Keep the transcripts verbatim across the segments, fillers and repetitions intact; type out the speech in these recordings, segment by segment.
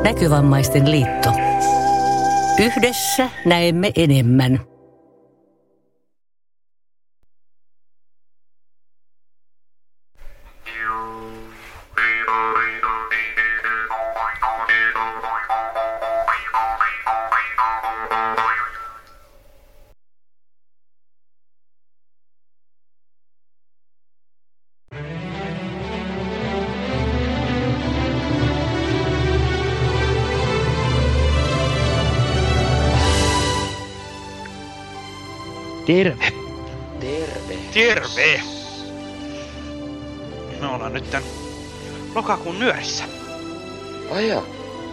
Näkövammaisten liitto. Yhdessä näemme enemmän. Terve. Terve. Terve. Me ollaan nyt tän lokakuun nyörissä. Ai jaa.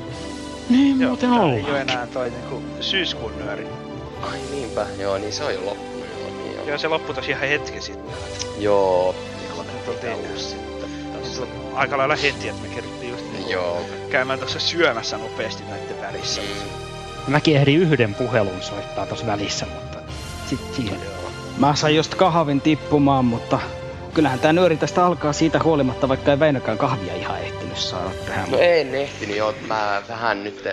Niin Joo, muuten tää ollaan. ei oo enää toi niinku syyskuun nyöri. Ai niinpä. Joo, niin se on jo loppunut. Joo, niin joo. Joo, se loppui tosiaan hetki sitten. Joo. Tultiin sitten. Siis aika lailla heti, että me kerittiin just niinku Joo. käymään tossa syömässä nopeasti näitten välissä. Mäkin ehdin yhden puhelun soittaa tossa välissä, mutta sit siihen. Joo. Mä sain just kahvin tippumaan, mutta kyllähän tää nyöri tästä alkaa siitä huolimatta, vaikka ei Väinökään kahvia ihan ehtinyt saada tähän. No en ehtinyt joo, mä vähän nyt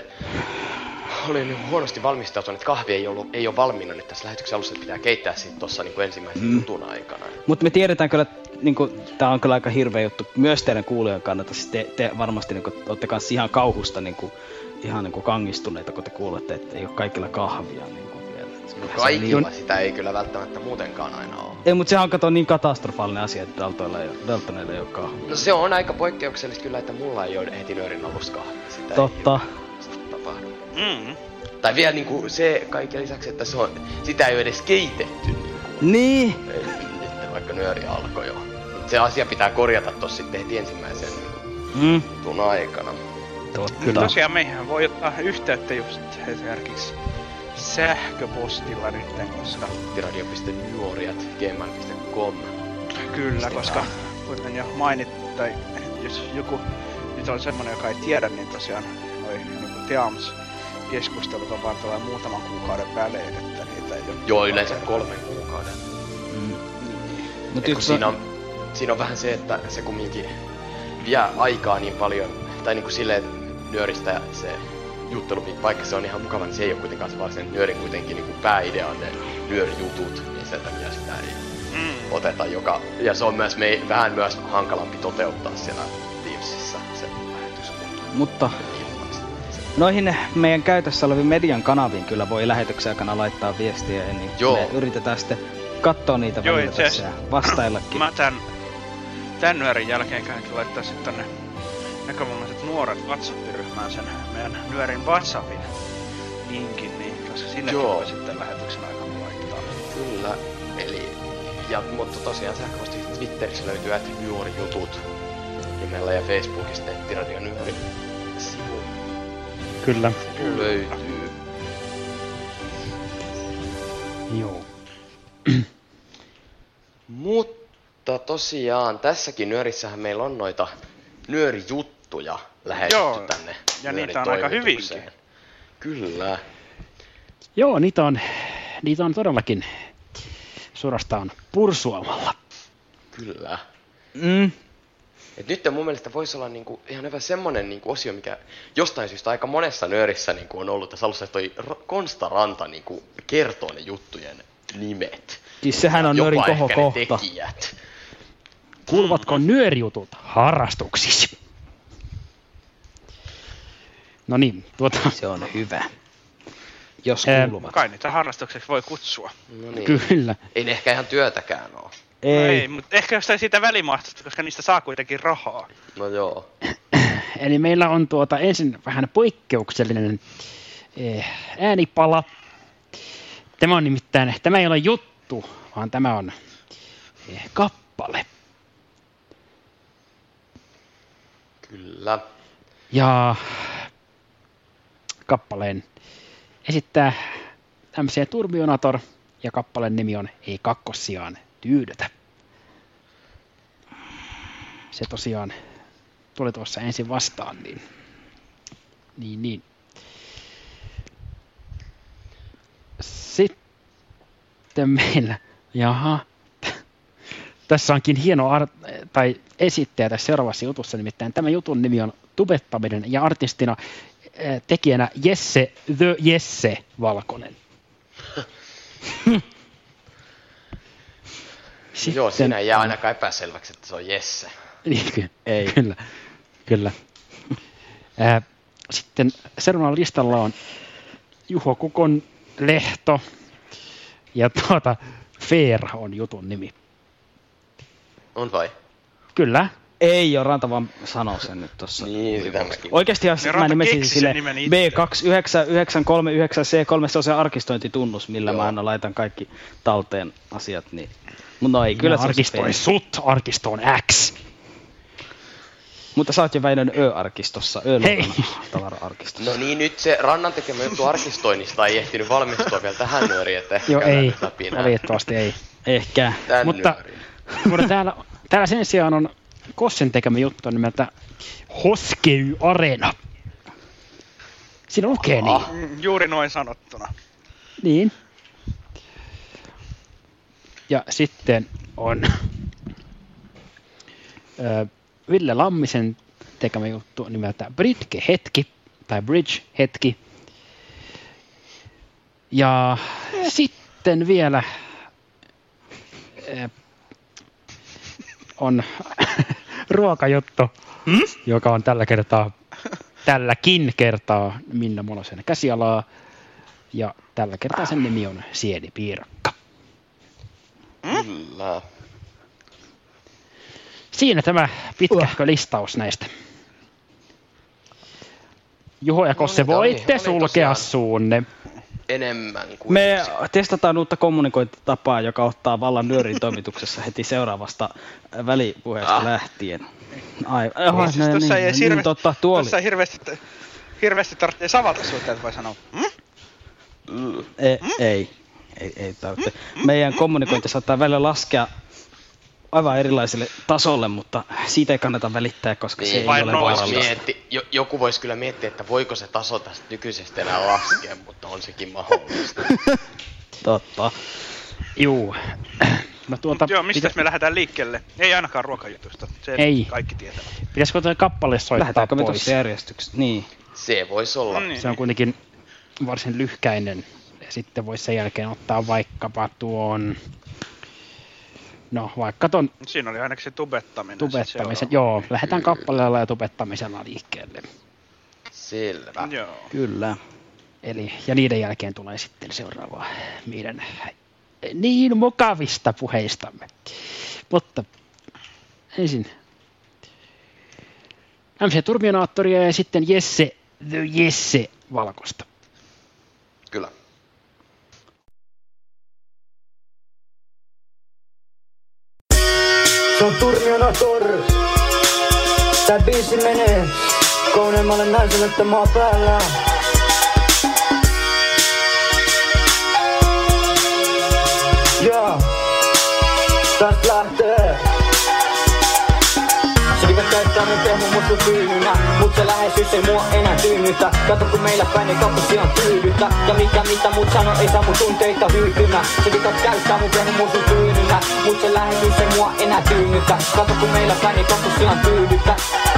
olin niin huonosti valmistautunut, että kahvi ei, ollut, ei ole valmiina nyt tässä lähetyksen alussa, että pitää keittää sit tossa niin ensimmäisen mm. jutun aikana. Mutta me tiedetään kyllä, että niinku, tää on kyllä aika hirveä juttu myös teidän kuulijan kannalta. Siis te, te varmasti niinku, ootte kanssa ihan kauhusta niinku, ihan niinku kangistuneita, kun te kuulette, että ei ole kaikilla kahvia niinku, vielä. No kaikilla niin, sitä ei kyllä välttämättä muutenkaan aina ole. Ei, mutta sehän on kato niin katastrofaalinen asia, että Daltoilla ei, Daltoneilla ei ole kahvia. No se on aika poikkeuksellista kyllä, että mulla ei ole heti nyörin alussa kahvia. Sitä Totta. Ei tapahdu. Mm. Tai vielä niinku se kaiken lisäksi, että se on, sitä ei ole edes keitetty niinku. Niin. Nyt vaikka nyöri alkoi jo. Se asia pitää korjata tossa sitten heti ensimmäisen niinku Mm. tuun aikana. Totta. Tosiaan meihän voi ottaa yhteyttä just esimerkiksi sähköpostilla nytten, koska... radio piste nuoriat gmail piste com. Kyllä, koska kuten jo mainittu, tai jos joku nyt on semmonen, joka ei tiedä, niin tosiaan noi niinku Teams-keskustelut on vaan tällainen muutaman kuukauden välein, että niitä ei ole... Joo, yleensä kolmen kuukauden. Mm. Mut Et kun yks siinä, on, siinä on vähän se, että se kumminkin vie aikaa niin paljon, tai niinku silleen, että nyöristä se juttelu, vaikka se on ihan mukava, niin se ei ole kuitenkaan se varsinainen nyörin kuitenkin niinku pääidea on ne nyörijutut, niin sen takia sitä ei Mm. oteta joka... Ja se on myös me, vähän myös hankalampi toteuttaa siellä Teamsissa se lähetys. Mutta noihin meidän käytössä oleviin median kanaviin kyllä voi lähetyksen aikana laittaa viestiä, niin Joo. me yritetään sitten katsoa niitä Joo, välillä itse tässä ja vastaillakin. Mä tän, tän nyörin jälkeen käynkin laittaa sit tonne näkövammaiset nuoret WhatsApp-ryhmään sen meidän nyörin WhatsAppin linkin, niin koska sinnekin Joo. voi sitten lähetyksen aikana laittaa. Kyllä, eli... Ja, mutta tosiaan sähköposti Twitterissä löytyy at nuorijutut nimellä ja Facebookista Nettiradio Nyöri sivu Kyllä. löytyy. Joo. Mutta tosiaan tässäkin nyörissähän meillä on noita nyörijuttuja lähetetty Joo, tänne ja niitä on aika nyöritoimitukseen. hyvinkin. Kyllä. Joo, niitä on, niitä on todellakin suorastaan pursuamalla. Kyllä. Mm. Et nyt mun mielestä voisi olla niinku ihan hyvä semmonen niinku osio, mikä jostain syystä aika monessa nyörissä niinku on ollut tässä alussa, että toi R- Konsta Ranta niinku kertoo ne juttujen nimet. Siis sehän on Jopa nyörin ehkä ne kohokohta. tekijät. Kuuluvatko nyörijutut harrastuksisi? No niin, tuota... Se on hyvä. Jos Ää, kuuluvat. Kai niitä harrastukseksi voi kutsua. No niin. Kyllä. Ei ne ehkä ihan työtäkään oo. Ei. No ei, mutta ehkä jostain siitä välimaastosta, koska niistä saa kuitenkin rahaa. No joo. Eli meillä on tuota ensin vähän poikkeuksellinen eh, äänipala. Tämä on nimittäin, tämä ei ole juttu, vaan tämä on eh, kappale. Kyllä. Ja kappaleen esittää M C Turbionator ja kappaleen nimi on Ei kakkossiaan tyydytä. Se tosiaan tuli tuossa ensin vastaan, niin niin, niin. Sitten meillä, jaha, tässä onkin hieno art, tai esittäjä tässä seuraavassa jutussa, nimittäin tämä jutun nimi on Tubettaminen ja artistina tekijänä Jesse the Jesse Valkonen. Sitten, joo, siinä ei jää ainakaan epäselväksi, että se on Jesse. Ei. Kyllä, kyllä. Sitten seuraavalla listalla on Juho Kukon Lehto ja tuota Fair on jutun nimi. On vai? Kyllä. Ei ole, Ranta vaan sanoo sen nyt tossa. Niin, sitä mäkin. Oikeesti mä nimesin sille B kaksi yhdeksän yhdeksän kolme yhdeksän C kolme, se on se arkistointitunnus, millä joo. Mä aina laitan kaikki talteen asiat. Niin. Mut no ei, kyllä se arkistoin sut, arkistoon X. Mutta sä oot jo Väinön Ö-arkistossa, Ö-tavara-arkistossa. No niin, nyt se Rannan tekemä juttu arkistoinnista ei ehtinyt valmistua vielä tähän nyöriin, että joo, ei, valitettavasti ei. Ehkä. Tän mutta, mutta täällä, täällä sen sijaan on Kossen tekemä juttu nimeltä Hoskey Arena. Siinä lukee niin. Mm, juuri noin sanottuna. Niin. Ja sitten on ö, Ville Lammisen tekemä juttu nimeltä Bridge Hetki, tai Bridge Hetki. Ja sitten vielä ö, on ruokajuttu, hmm? joka on tällä kertaa, tälläkin kertaa Minna Monosen käsialaa. Ja tällä kertaa sen nimi on Sienipiirakka. Kyllä. Siinä tämä pitkähkö listaus näistä. Juho ja Kosse, no, voitte oli, sulkea oli suunne. Enemmän kuin me yksi. Testataan uutta kommunikointitapaa, joka ottaa vallan nyörin toimituksessa heti seuraavasta välipuheesta ah. lähtien. Ai, oho, niin, siis ne, tuossa niin, ei, niin, hirve, totta, tuoli. Tuossa ei hirveästi, hirveästi tarvitsee savata suhteen, että voi sanoa. Mm? Mm. E, mm? Ei, ei, ei tarvitse. Mm? Meidän kommunikointi saattaa välillä laskea aivan erilaiselle tasolle, mutta siitä ei kannata välittää, koska niin, se ei ole vaarallista. Joku voisi kyllä miettiä, että voiko se taso tästä nykyisestä enää laskea, mutta on sekin mahdollista. Totta. Juu. No tuota, joo, mistä pitä... me lähdetään liikkeelle? Ei ainakaan ruokajutusta, se ei. Kaikki tietävät. Pitäisikö tuo kappale soittaa lähdetäänkö pois? Me tuossa järjestyksessä? Niin. Se voisi olla. No niin. Se on kuitenkin varsin lyhkäinen. Ja sitten voisi sen jälkeen ottaa vaikkapa tuon... No vaikka ton... Siinä oli ainakin se tubettaminen. Tubettamisen, joo. Lähdetään kappaleella ja tubettamisella liikkeelle. Selvä. Joo. Kyllä. Eli, ja niiden jälkeen tulee sitten seuraava meidän niin mukavista puheistamme. Mutta ensin M C Turbinaattoria ja sitten Jesse the Jesse Valkosta. Kyllä. Se on Turbinaattor. Tää biisi menee kauneimmalle naiselle, että maa päällä. Joo, tästä lähtee. Se liikä käyttää mun pehmu mustu tyynynä, mut se läheisyys ei mua enää tyynnytä. Kato kun meillä päin ei kakkosi on tyydytä. Ja mikä mitä mut sano ei saa mun tunteita hyytymä. Se liikä käyttää mun pehmu mustu tyynynä, mut se läheisyys ei mua enää tyynnytä. Kato kun meillä päin ei kakkosi on tyydytä.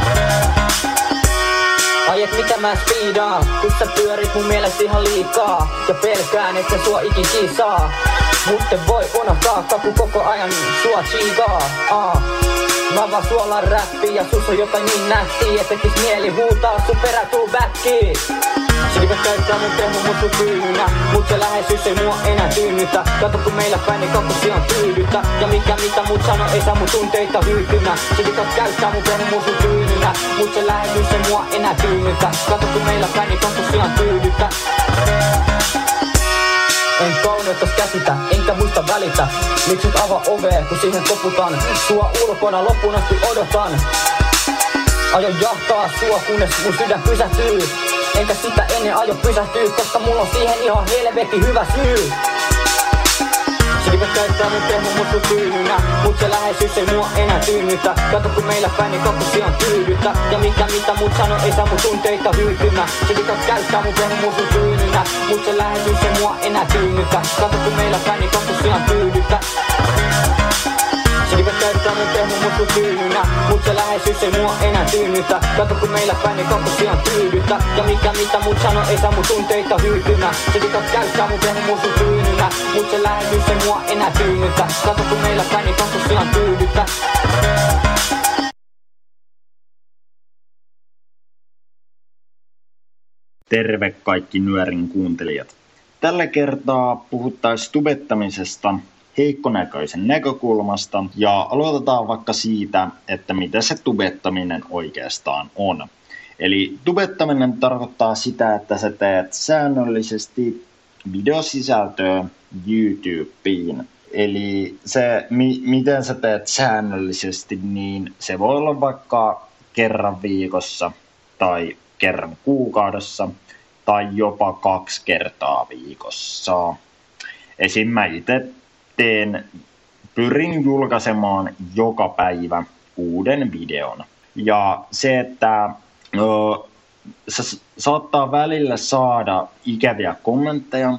Ai et mitä mä speedaan, kun sä pyörit mun mielestä ihan liikaa. Ja pelkään että sua ikin saa. Mutte voi unohtaa kaku koko ajan sua chiikaa. Aa. Mä vaan suolan räppi ja sus on jotain niin nähtii, et tekis mieli huutaa sun perä tuu backiin. Se liikä käyttää mun pehmu mustu tyynynä, mut se läheisyys ei mua enää tyynnytä. Kato kun meillä päin ei kakkosi on tyydytä. Ja mikä mitä mut sano ei saa mun tunteita hyytymä. Se liikä käyttää mun pehmu mustu tyynynä, mut se läheisyys ei mua enää tyynnytä. Kato kun meillä päin ei kakkosi on tyydytä. En kauneuttas käsitä, enkä muista välitä. Miksi et avaa ovea, kun siihen koputan? Sua ulkona loppuun asti odotan. Aion jahtaa sua, kunnes mun sydän pysähtyy. Enkä sitä ennen aio pysähtyy, koska mulla on siihen ihan helvetin hyvä syy. Se liikä käyttää mun pehmu mustu tyynynä, mut se läheisyys ei mua enää tyynnytä. Kato kun meillä päin ei kakkosi on tyydytä. Ja mikä mitä mut sano ei saa mun tunteita hyytymä. Se liikä käyttää mun pehmu mustu tyynynä, mut se läheisyys ei mua enää tyynnytä. Kato kun meillä päin ei kakkosi on tyydytä. Sikivät käyttää mun pehmu mut sun tyynynä. Mut se läheisyys ei mua enää tyynnytä. Kato kun meillä päin ei kakkosiaan tyydytä. Ja mikä mitä mut sano ei saa mun tunteita hyytymä. Sikivät käyttää mun pehmu mut sun tyynynä. Mut se läheisyys ei mua enää tyynnytä. Kato kun meillä päin ei kakkosiaan tyydytä. Terve kaikki Nyörin kuuntelijat. Tällä kertaa puhuttaisiin tubettamisesta heikkonäköisen näkökulmasta ja aloitetaan vaikka siitä, että mitä se tubettaminen oikeastaan on. Eli tubettaminen tarkoittaa sitä, että sä teet säännöllisesti videosisältöä YouTubeen. Eli se, mi- miten sä teet säännöllisesti, niin se voi olla vaikka kerran viikossa tai kerran kuukaudessa tai jopa kaksi kertaa viikossa. Esim. Mä itse teen, pyrin julkaisemaan joka päivä uuden videon. Ja se, että ö, se saattaa välillä saada ikäviä kommentteja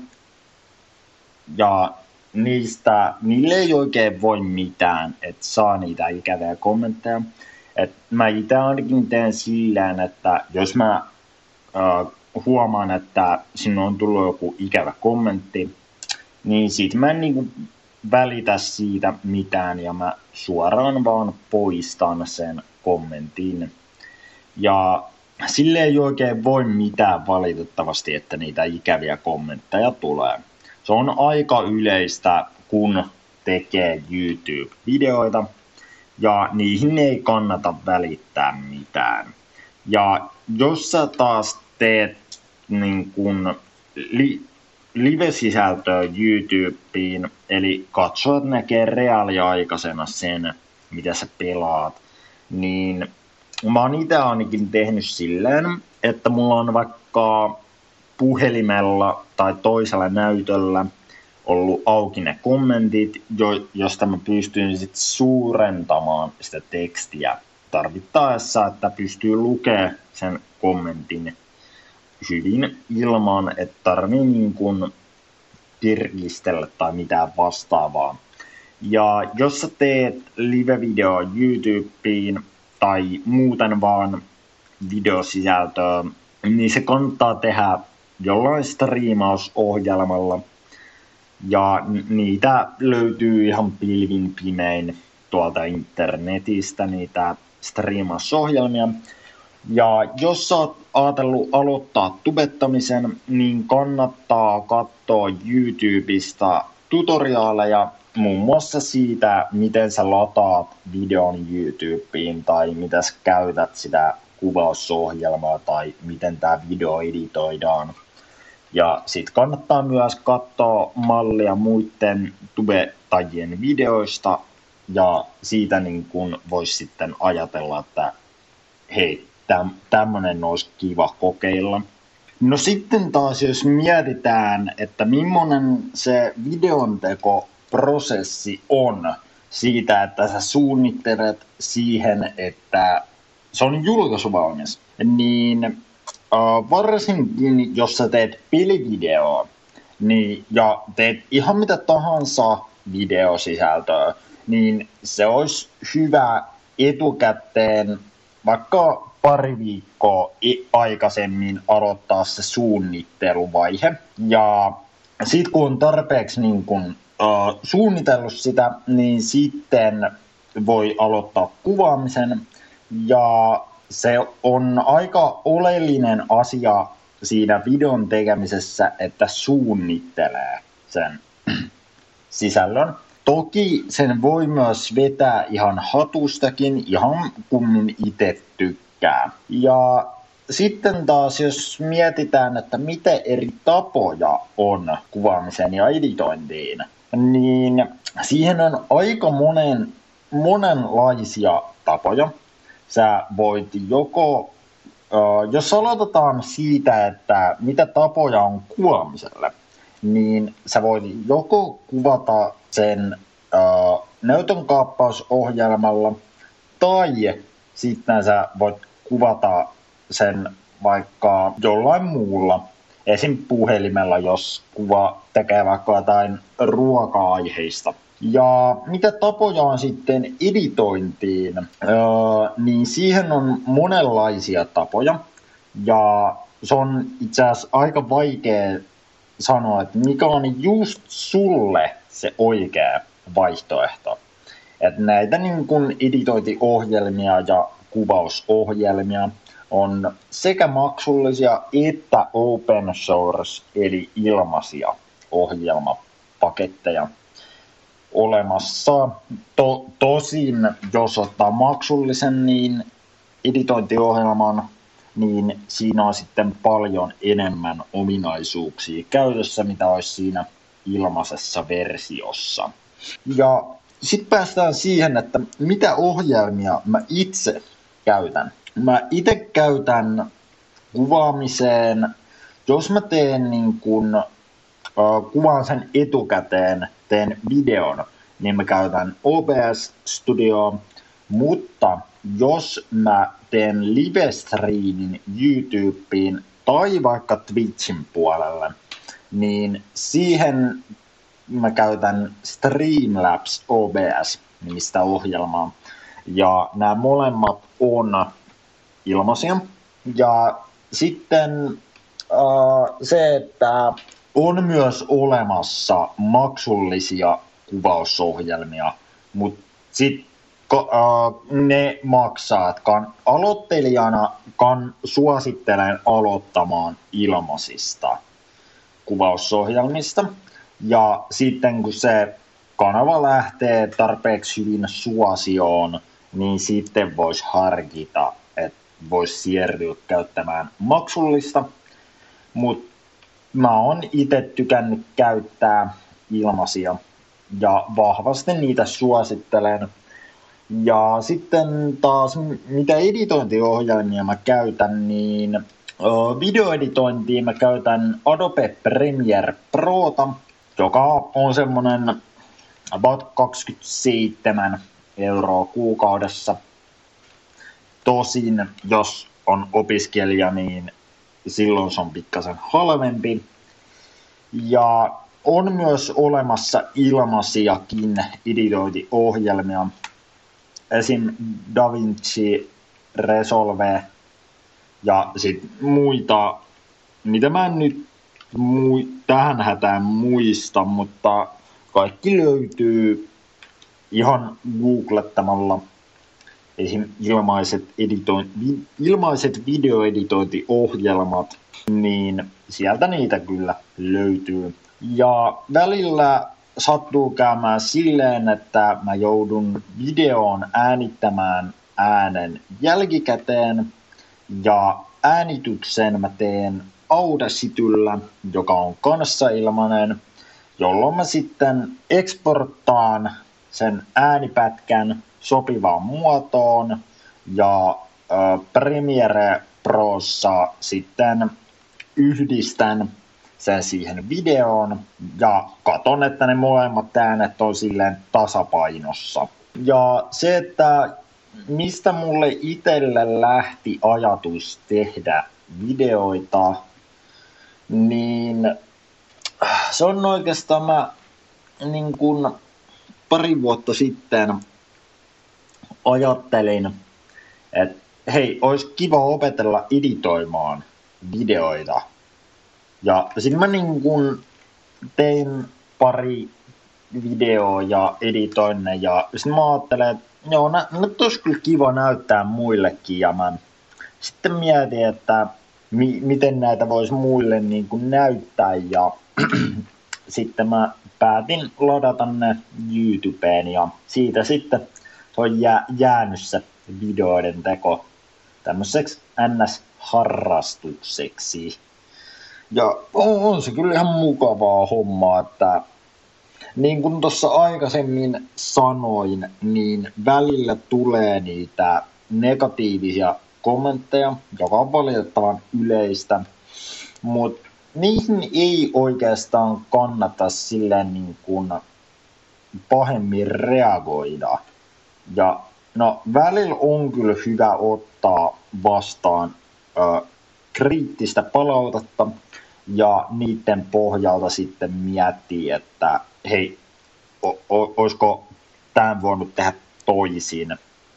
ja niistä, niille ei oikein voi mitään, että saa niitä ikäviä kommentteja. Et mä itse ainakin teen silleen, että jos mä äh, huomaan, että sinun on tullut joku ikävä kommentti, niin sit mä en niinku välitä siitä mitään ja mä suoraan vaan poistan sen kommentin. Ja sille ei oikein voi mitään valitettavasti, että niitä ikäviä kommentteja tulee. Se on aika yleistä, kun tekee YouTube-videoita. Ja niihin ei kannata välittää mitään. Ja jos sä taas teet niin kun li- live-sisältöä YouTubeen, eli katsojat näkee reaaliaikaisena sen, mitä sä pelaat, niin mä oon itse ainakin tehnyt silleen, että mulla on vaikka puhelimella tai toisella näytöllä ollut auki ne kommentit, jo, josta mä pystyn sit suurentamaan sitä tekstiä tarvittaessa, että pystyy lukemaan sen kommentin hyvin ilman, että tarvii niin kuin tirkistellä tai mitään vastaavaa. Ja jos sä teet live-videoa YouTubeen tai muuten vaan videosisältöä, niin se kannattaa tehdä jollain striimausohjelmalla. Ja niitä löytyy ihan pilvin pimein tuolta internetistä, niitä striimausohjelmia. Ja jos sä oot ajatellut aloittaa tubettamisen, niin kannattaa katsoa YouTubesta tutoriaaleja muun muassa siitä, miten sä lataat videon YouTubeen tai miten sä käytät sitä kuvausohjelmaa tai miten tää video editoidaan. Ja sit kannattaa myös katsoa mallia muiden tubettajien videoista ja siitä niin kun vois sitten ajatella, että hei, täm, tämmönen olisi kiva kokeilla. No sitten taas jos mietitään, että millainen se videontekoprosessi on siitä, että sä suunnittelet siihen, että se on julkaisuvalmis, niin Uh, varsinkin jos sä teet pelivideoa niin, ja teet ihan mitä tahansa videosisältöä, niin se olisi hyvä etukäteen vaikka pari viikkoa aikaisemmin aloittaa se suunnitteluvaihe. Ja sit kun on tarpeeksi niin kun, uh, suunnitellut sitä, niin sitten voi aloittaa kuvaamisen ja se on aika oleellinen asia siinä videon tekemisessä, että suunnittelee sen sisällön. Toki sen voi myös vetää ihan hatustakin, ihan kummin itse tykkää. Ja sitten taas jos mietitään, että mitä eri tapoja on kuvaamiseen ja editointiin, niin siihen on aika monen, monenlaisia tapoja. Sä voit joko, jos aloitetaan siitä, että mitä tapoja on kuvaamiselle, niin sä voit joko kuvata sen näytönkaappausohjelmalla, tai sitten sä voit kuvata sen vaikka jollain muulla, esim. Puhelimella, jos kuva tekee vaikka jotain ruoka-aiheista Ja mitä tapoja on sitten editointiin, öö, niin siihen on monenlaisia tapoja. Ja se on itse asiassa aika vaikea sanoa, että mikä on just sulle se oikea vaihtoehto. Että näitä niin kuin editointiohjelmia ja kuvausohjelmia on sekä maksullisia että open source eli ilmaisia ohjelmapaketteja olemassa. To, tosin jos ottaa maksullisen niin editointiohjelman, niin siinä on sitten paljon enemmän ominaisuuksia käytössä, mitä olisi siinä ilmaisessa versiossa. Ja sitten päästään siihen, että mitä ohjelmia mä itse käytän. Mä itse käytän kuvaamiseen, jos mä teen niin kun, äh, kuvaan sen etukäteen, teen videon, niin mä käytän O B S Studioa, mutta jos mä teen live-streamin YouTubeen tai vaikka Twitchin puolelle, niin siihen mä käytän Streamlabs O B S-nimistä ohjelmaa. Ja nämä molemmat on ilmaisia. Ja sitten äh, se, että on myös olemassa maksullisia kuvausohjelmia, mutta sitten äh, ne maksaa. Että kan, aloittelijana kan, suosittelen aloittamaan ilmaisista kuvausohjelmista. Ja sitten kun se kanava lähtee tarpeeksi hyvin suosioon, niin sitten voisi harkita, että voisi siirtyä käyttämään maksullista. Mutta mä oon itse tykännyt käyttää ilmaisia ja vahvasti niitä suosittelen. Ja sitten taas mitä editointiohjelmia mä käytän, niin videoeditointiin mä käytän Adobe Premiere Prota, joka on semmonen about kaksikymmentäseitsemän euroa kuukaudessa. Tosin, jos on opiskelija, niin silloin se on pikkasen halvempi. Ja on myös olemassa ilmaisiakin editointiohjelmia. Esim. DaVinci Resolve ja sitten muita, mitä mä en nyt mui, tähän hätään muista, mutta kaikki löytyy ihan googlettamalla. Esim. ilmaiset, editoin, vi, ilmaiset videoeditointiohjelmat, niin sieltä niitä kyllä löytyy. Ja välillä sattuu käymään silleen, että mä joudun videoon äänittämään äänen jälkikäteen, ja äänityksen mä teen Audacityllä, joka on kanssa ilmainen, jolloin mä sitten eksporttaan sen äänipätkän sopivaan muotoon ja äh, Premiere Prossa sitten yhdistän sen siihen videoon ja katon, että ne molemmat äänet on silleen tasapainossa. Ja se, että mistä mulle itselle lähti ajatus tehdä videoita, niin se on oikeastaan mä niin kun pari vuotta sitten ajattelin, että hei, olisi kiva opetella editoimaan videoita. Ja sitten mä niin kun tein pari videoa ja editoin ne ja sitten mä ajattelin, että joo, nä, nyt olisi kyllä kiva näyttää muillekin ja mä sitten mietin, että mi, miten näitä voisi muille niin kuin näyttää ja sitten mä päätin ladata ne YouTubeen ja siitä sitten se on jää, jäänyt se videoiden teko tämmöiseksi N S-harrastukseksi. Ja on, on se kyllä ihan mukavaa hommaa, että niin kuin tuossa aikaisemmin sanoin, niin välillä tulee niitä negatiivisia kommentteja, joka on valitettavan yleistä, mutta niihin ei oikeastaan kannata silleen niin kuin pahemmin reagoida. Ja no välillä on kyllä hyvä ottaa vastaan ö, kriittistä palautetta ja niiden pohjalta sitten miettiä, että hei, o, o, olisiko tämän voinut tehdä toisin.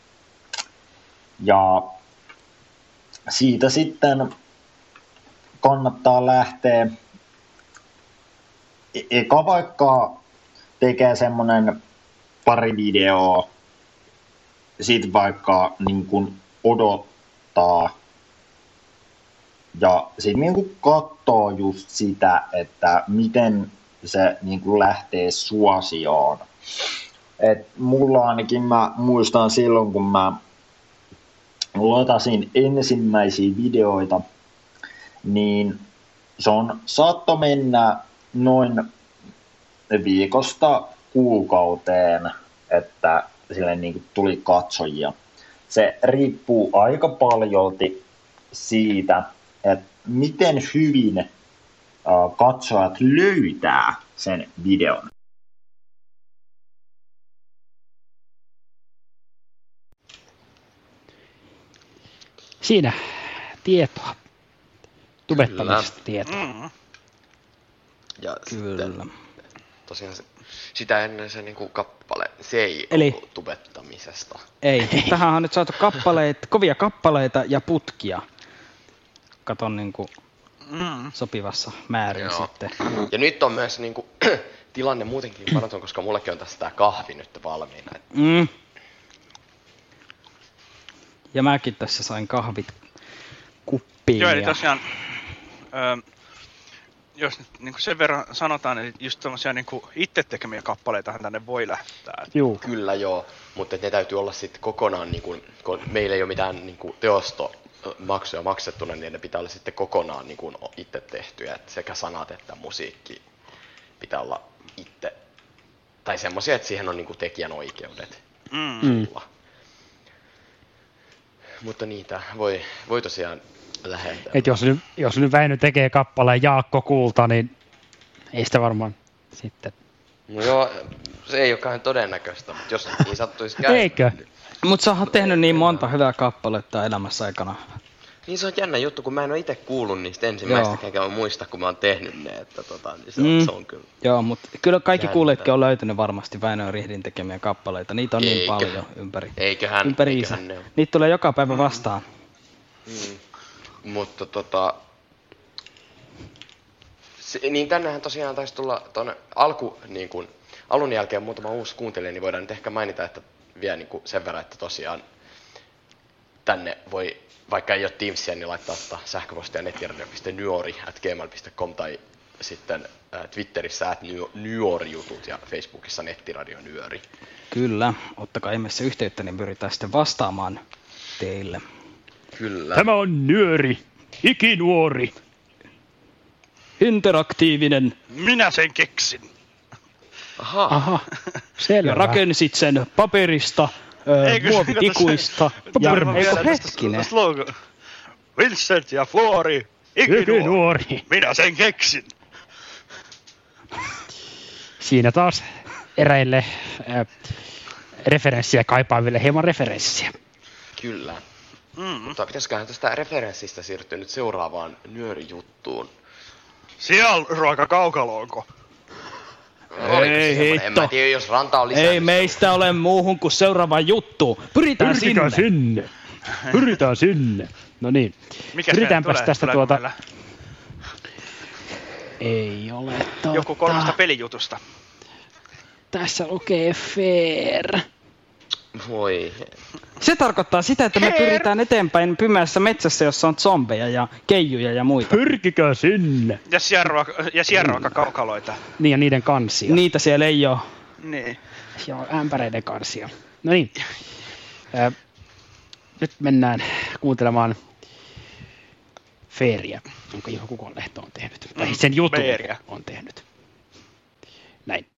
Ja siitä sitten kannattaa lähteä, eka vaikka tekee semmoinen pari videoa, sitten vaikka niin kuin odottaa ja sitten niin kuin katsoo just sitä, että miten se niin kuin lähtee suosioon. Et mulla ainakin mä muistan silloin, kun mä latasin ensimmäisiä videoita, niin se on saatto mennä noin viikosta kuukauteen, että sille niin kuin tuli katsojia. Se riippuu aika paljolti siitä, että miten hyvin katsojat löytää sen videon. Siinä tietoa. Tubettamisesta tietoa. Mm. Ja Kyllä. sitten tosiaan se, sitä ennen se niinku kappale, se ei Eli- ollut tubettamisesta. Ei, tähän on nyt saatu kappaleita, kovia kappaleita ja putkia. Katon niinku Mm. sopivassa määrin Joo. sitten. Ja nyt on myös niinku tilanne muutenkin parantunut, koska mullekin on tässä tää kahvi nyt valmiina. Et Mm. Ja mäkin tässä sain kahvit kuppiin. Joo, eli ja... tosiaan, ö, jos nyt niin sen verran sanotaan, eli just tommosia niin itse tekemiä kappaleitahan tänne voi lähtää. Et Juu. Kyllä joo, mutta ne täytyy olla sitten kokonaan, niin kuin, kun meillä ei ole mitään niin kuin teostomaksuja maksettuna, niin ne pitää olla sitten kokonaan niin kuin itse tehtyjä, että sekä sanat että musiikki pitää olla itse, tai semmoisia, että siihen on niin kuin tekijänoikeudet. Mm. Mm. Mutta niitä voi, voi tosiaan lähettää. Et jos nyt, jos nyt Väinö tekee kappaleen Jaakko Kulta, niin ei sitä varmaan sitten. No joo, se ei ole kauhean todennäköistä, mutta jos niin sattuisi käymään. Eikö? Niin, Mut sä oot tehnyt niin monta hyvää kappaletta elämässä aikana. niin se on jännä juttu, kun mä en ole itse kuullut niistä ensimmäistä, enkä mä muista, kun mä oon tehnyt ne, että tota, niin se, on, Mm. se on kyllä. Joo, mutta kyllä kaikki Jännittää. kuulijatkin on löytänyt varmasti Väinö Rihdin tekemiä kappaleita. Niitä on niin Eikö? paljon ympäri. Eiköhän, Ympäriinsä. eiköhän ne ole. Niitä tulee joka päivä vastaan. Mm. Mutta tota... Se, niin tännehän tosiaan taisi tulla tuonne alku, niin kun, alun jälkeen muutama uusi kuuntelija, niin voidaan nyt ehkä mainita, että vielä niin kun sen verran, että tosiaan tänne voi, vaikka ei ole Teamsia, niin laittaa sähköpostia nettiradio piste nyori at gmail piste com tai sitten äh, Twitterissä at nyorijutut ja Facebookissa nettiradio nyöri. Kyllä, ottakaa ihmeessä yhteyttä, niin pyritään sitten vastaamaan teille. Kyllä. Tämä on nyöri, ikinuori. Interaktiivinen. Minä sen keksin. Aha. Aha, selvä. Ja rakensit sen paperista, ö, Eikö se- muovitikuista. Ja Varmaan eikö vielä tästä- hetkinen? tästä logo. Vincent ja Flori, ikinuori. Ikinuori. Minä sen keksin. Siinä taas eräille äh, referenssiä kaipaaville hieman referenssiä. Kyllä. Mm. Mutta pitäisiköhän tästä referenssistä siirtyä nyt seuraavaan nyörijuttuun? Siellä ruoka kaukaloonko? Oliko se Ei semmoinen? En hitto. mä tiedä, jos ranta on lisännyt. Ei meistä ole muuhun kuin seuraava juttu. Pyritään Pyrkikää sinne. sinne. Pyritään sinne. No niin. Mikä Yritetäänpäs tulee? tästä Tuleeko tuota... meillä Ei ole tuota... Joku kolmesta pelijutusta. Tässä lukee fair. Voi. Se tarkoittaa sitä, että me pyritään eteenpäin pimeässä metsässä, jossa on zombeja ja keijuja ja muita. Pyrkikää sinne. Ja sierruoka, ja sierruoka kaukaloita. Niin ja niiden kansia. Niitä siellä ei ole. Niin. Joo, ämpäreiden kansia. No niin. Ö, nyt mennään kuuntelemaan Feeriä, jonka Juho Kukonlehto on tehnyt. Tai sen jutun Feeriä. on tehnyt. Näin.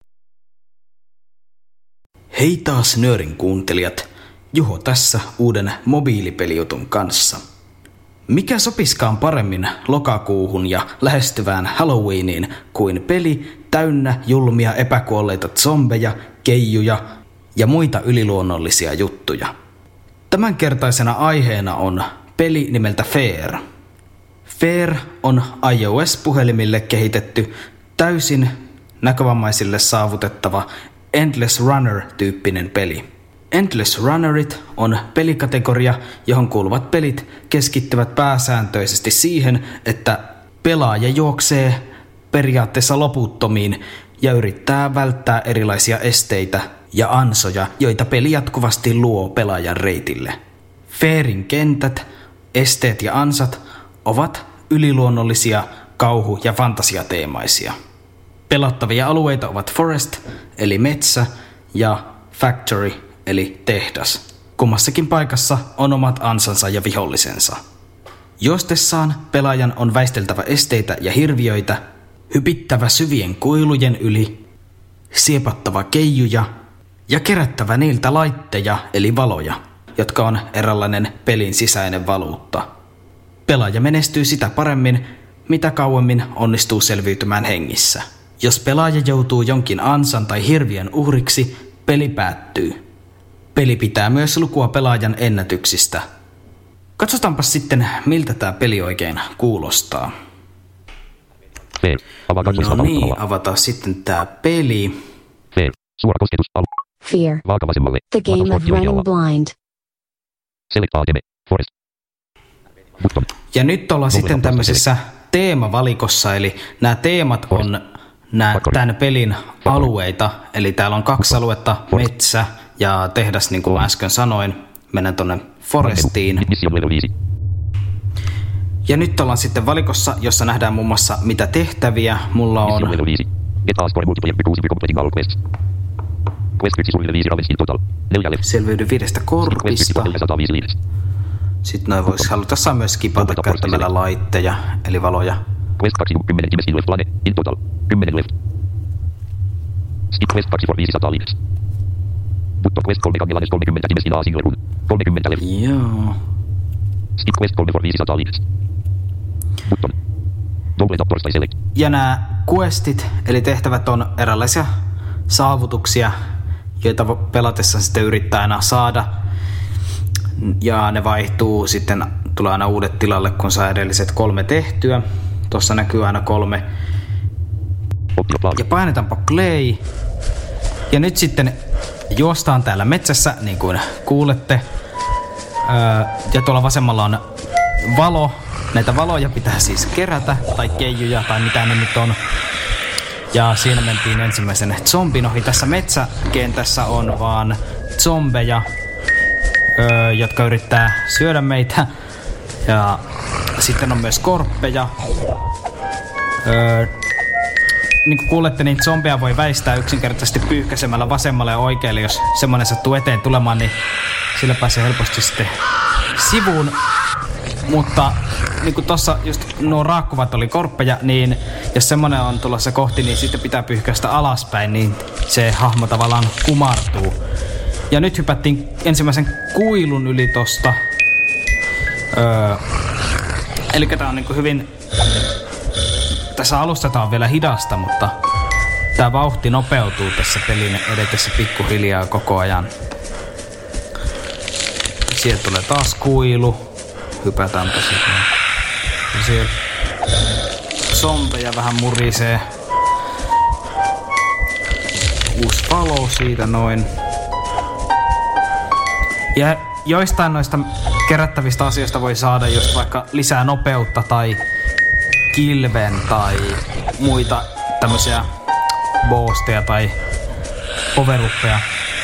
Hei taas Nöörin kuuntelijat, Juho tässä uuden mobiilipelijutun kanssa. Mikä sopiskaan paremmin lokakuuhun ja lähestyvään Halloweeniin kuin peli täynnä julmia epäkuolleita zombeja, keijuja ja muita yliluonnollisia juttuja. Tämänkertaisena aiheena on peli nimeltä Fair. Fair on iOS-puhelimille kehitetty täysin näkövammaisille saavutettava Endless Runner-tyyppinen peli. Endless Runnerit on pelikategoria, johon kuuluvat pelit keskittyvät pääsääntöisesti siihen, että pelaaja juoksee periaatteessa loputtomiin ja yrittää välttää erilaisia esteitä ja ansoja, joita peli jatkuvasti luo pelaajan reitille. Fairin kentät, esteet ja ansat ovat yliluonnollisia, kauhu- ja fantasiateemaisia. Pelattavia alueita ovat Forest, eli metsä, ja Factory, eli tehdas. Kummassakin paikassa on omat ansansa ja vihollisensa. Juostessaan pelaajan on väisteltävä esteitä ja hirviöitä, hypittävä syvien kuilujen yli, siepattava keijuja ja kerättävä niiltä laitteja eli valoja, jotka on eräänlainen pelin sisäinen valuutta. Pelaaja menestyy sitä paremmin, mitä kauemmin onnistuu selviytymään hengissä. Jos pelaaja joutuu jonkin ansan tai hirviön uhriksi, peli päättyy. Peli pitää myös lukua pelaajan ennätyksistä. Katsotaanpa sitten, miltä tämä peli oikein kuulostaa. No niin, avataan sitten tää peli. Suora kosketus. Fear. The game of running blind. Select A T M. Forest. Button. Ja nyt ollaan sitten tämmöisessä teemavalikossa, eli nämä teemat on nää, tämän pelin alueita. Eli täällä on kaksi aluetta, metsä ja tehdas, niin kuin äsken sanoin. Mennään tonne Forestiin. Ja nyt ollaan sitten valikossa, jossa nähdään muun muassa mitä tehtäviä mulla on. Selviydy viidestä korpista. Sitten noin voisi halutessaan myös skipata käyttämällä laitteja, eli valoja. Quest kaksikymmentä imesi left plane, in total, kymmenen left. Skip quest kaksi for viisisataa lives. Button quest kolme kangilanes kolmekymmentä imesi la single run, kolmekymmentä left. Joo. Skip quest kolme for viisisataa lives. Button. Double tap torstai select. Ja nämä questit, eli tehtävät on eräänlaisia saavutuksia, joita pelatessa sitten yrittää aina saada. Ja ne vaihtuu sitten, tulee aina uudet tilalle, kun saa edelliset kolme tehtyä. Tuossa näkyy aina kolme. Ja painetaanpa play. Ja nyt sitten juostaan täällä metsässä, niin kuin kuulette. Ja tuolla vasemmalla on valo. Näitä valoja pitää siis kerätä, tai keijuja, tai mitä ne nyt on. Ja siinä mentiin ensimmäisen zombin ohi. Tässä metsäkentässä on vaan zombeja, öö, jotka yrittää syödä meitä. Ja sitten on myös korppeja. Öö, niin kuin kuulette, niin zombeja voi väistää yksinkertaisesti pyyhkäisemällä vasemmalle ja oikealle. Jos semmonen sattuu eteen tulemaan, niin sillä pääsee helposti sitten sivuun. Mutta niin kuin tossa just nuo raakkuvat oli korppeja, niin jos semmonen on tulossa kohti, niin sitten pitää pyyhkäistä alaspäin, niin se hahmo tavallaan kumartuu. Ja nyt hypättiin ensimmäisen kuilun yli tosta. Öö, eli tää on niinku hyvin... Tässä alussa tää on vielä hidasta, mutta tää vauhti nopeutuu tässä pelin edetessä pikkuhiljaa koko ajan. Sieltä tulee taas kuilu. Hypätäänpä sitten. Siellä zombeja vähän murisee. Uusi valo siitä noin. Ja joistain noista kerättävistä asioista voi saada just vaikka lisää nopeutta tai kilven tai muita tämmösiä boosteja tai poweruppeja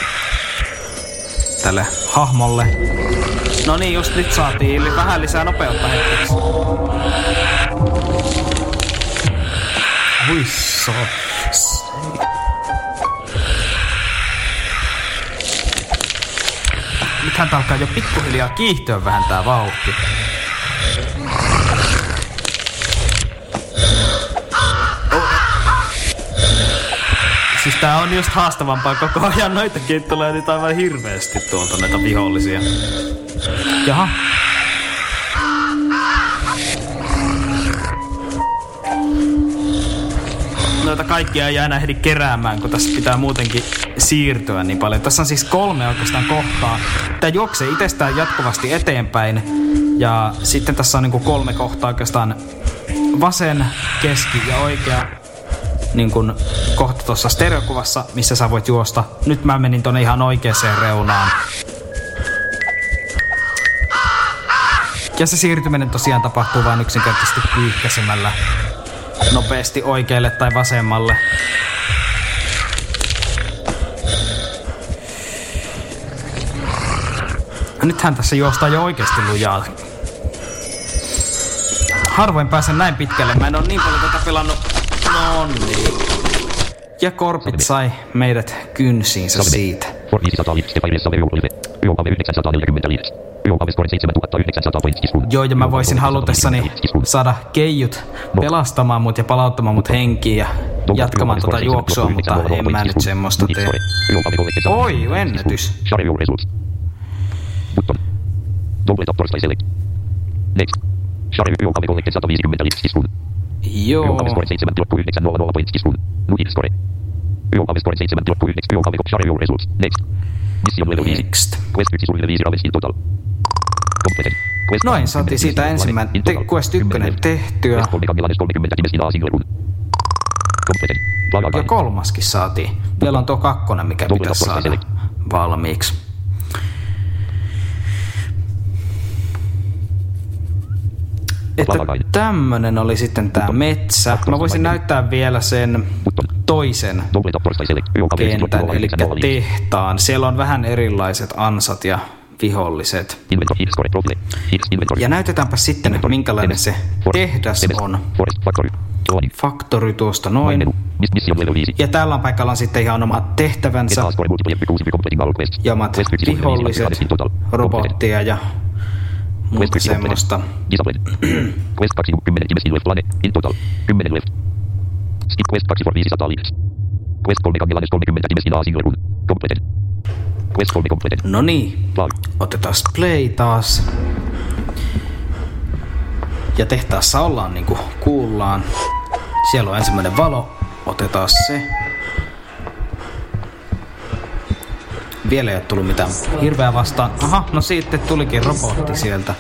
tälle hahmolle. No niin, just nyt saatiin vähän lisää nopeutta hetkeksi. Huisso. Nythän tää alkaa jo pikkuhiljaa kiihtyä vähän tää vauhti. Siis tää on just haastavampaa koko ajan, noitakin tulee nyt aivan hirveesti tuolta näitä vihollisia. Jaha. Noita kaikkia ei enää ehdi keräämään, kun tässä pitää muutenkin siirtyä niin paljon. Tässä on siis kolme oikeastaan kohtaa. Tää juoksee itsestään jatkuvasti eteenpäin. Ja sitten tässä on niinku kolme kohtaa oikeastaan vasen, keski ja oikea. niin kun kohta tuossa stereokuvassa, missä sä voit juosta. Nyt mä menin tonne ihan oikeaan reunaan. Ja se siirtyminen tosiaan tapahtuu vain yksinkertaisesti pyyhkäsemällä nopeasti oikealle tai vasemmalle. Nythän tässä juostaa jo oikeasti lujaa. Harvoin pääsen näin pitkälle. Mä en oo niin paljon tätä pelannut. No niin. Ja korpit sai meidät kynsiinsä siitä. Joo, ja mä voisin halutessani saada keijut pelastamaan mut ja palauttamaan mut henkiin ja jatkamaan tota juoksua, mutta en mä nyt semmoista tee. Oi, ennätys. Joo. Next. Noin, saatiin siitä ensimmäinen te- quest ykkönen tehtyä. Ja kolmaskin saatiin. Vielä on tuo kakkonen, mikä pitäisi saada valmiiksi. Että tämmönen oli sitten tää metsä. Mä voisin näyttää vielä sen toisen kentän, eli tehtaan. Siellä on vähän erilaiset ansat ja viholliset. Ja näytetäänpä sitten, että minkälainen se tehdas on. Factory tuosta noin. Ja täällä on paikalla on sitten ihan omat tehtävänsä. Ja omat viholliset, robottia ja muuta semmoista. Quest kaksikymmentä left planet in total. kymmenen left. Skip quest kaksi for viisisataa lives. Quest kolme kangilanes kolmekymmentä dimensina single run. Completed. Quest kolme completed. No niin. Otetaan play taas. Ja tehtaassa ollaan niinku kuullaan. Siellä on ensimmäinen valo. Otetaan se. Vielä ei ole tullut mitään hirveää vastaan. Aha, no sitten tulikin robotti sieltä.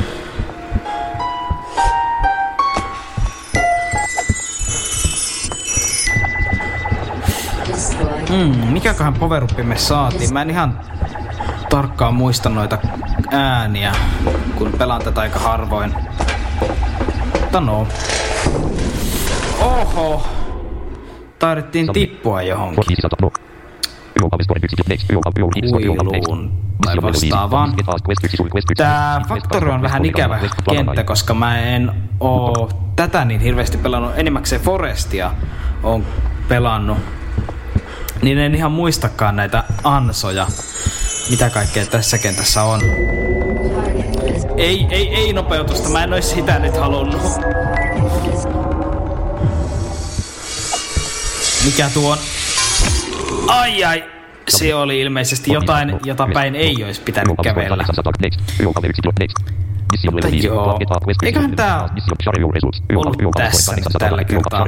Hmm, mikäköhän power-upi me saatiin? Mä en ihan tarkkaan muista noita ääniä, kun pelaan tätä aika harvoin. Mutta no. Oho! Taidettiin tippua johonkin. Kuiluun tai vastaavaan. Tää Factory on vähän ikävä kenttä, koska mä en oo tätä niin hirveästi pelannut. Enimmäkseen Forestia on pelannut. Niin en ihan muistakaan näitä ansoja, mitä kaikkea tässä kentässä on. Ei, ei, ei nopeutusta, mä en ois sitä nyt halunnut. Mikä tuo on? Ai ai, se oli ilmeisesti jotain, jota päin ei ois pitänyt kävellä. Mutta joo, eiköhän tää ollut tässä nyt tällä kertaa.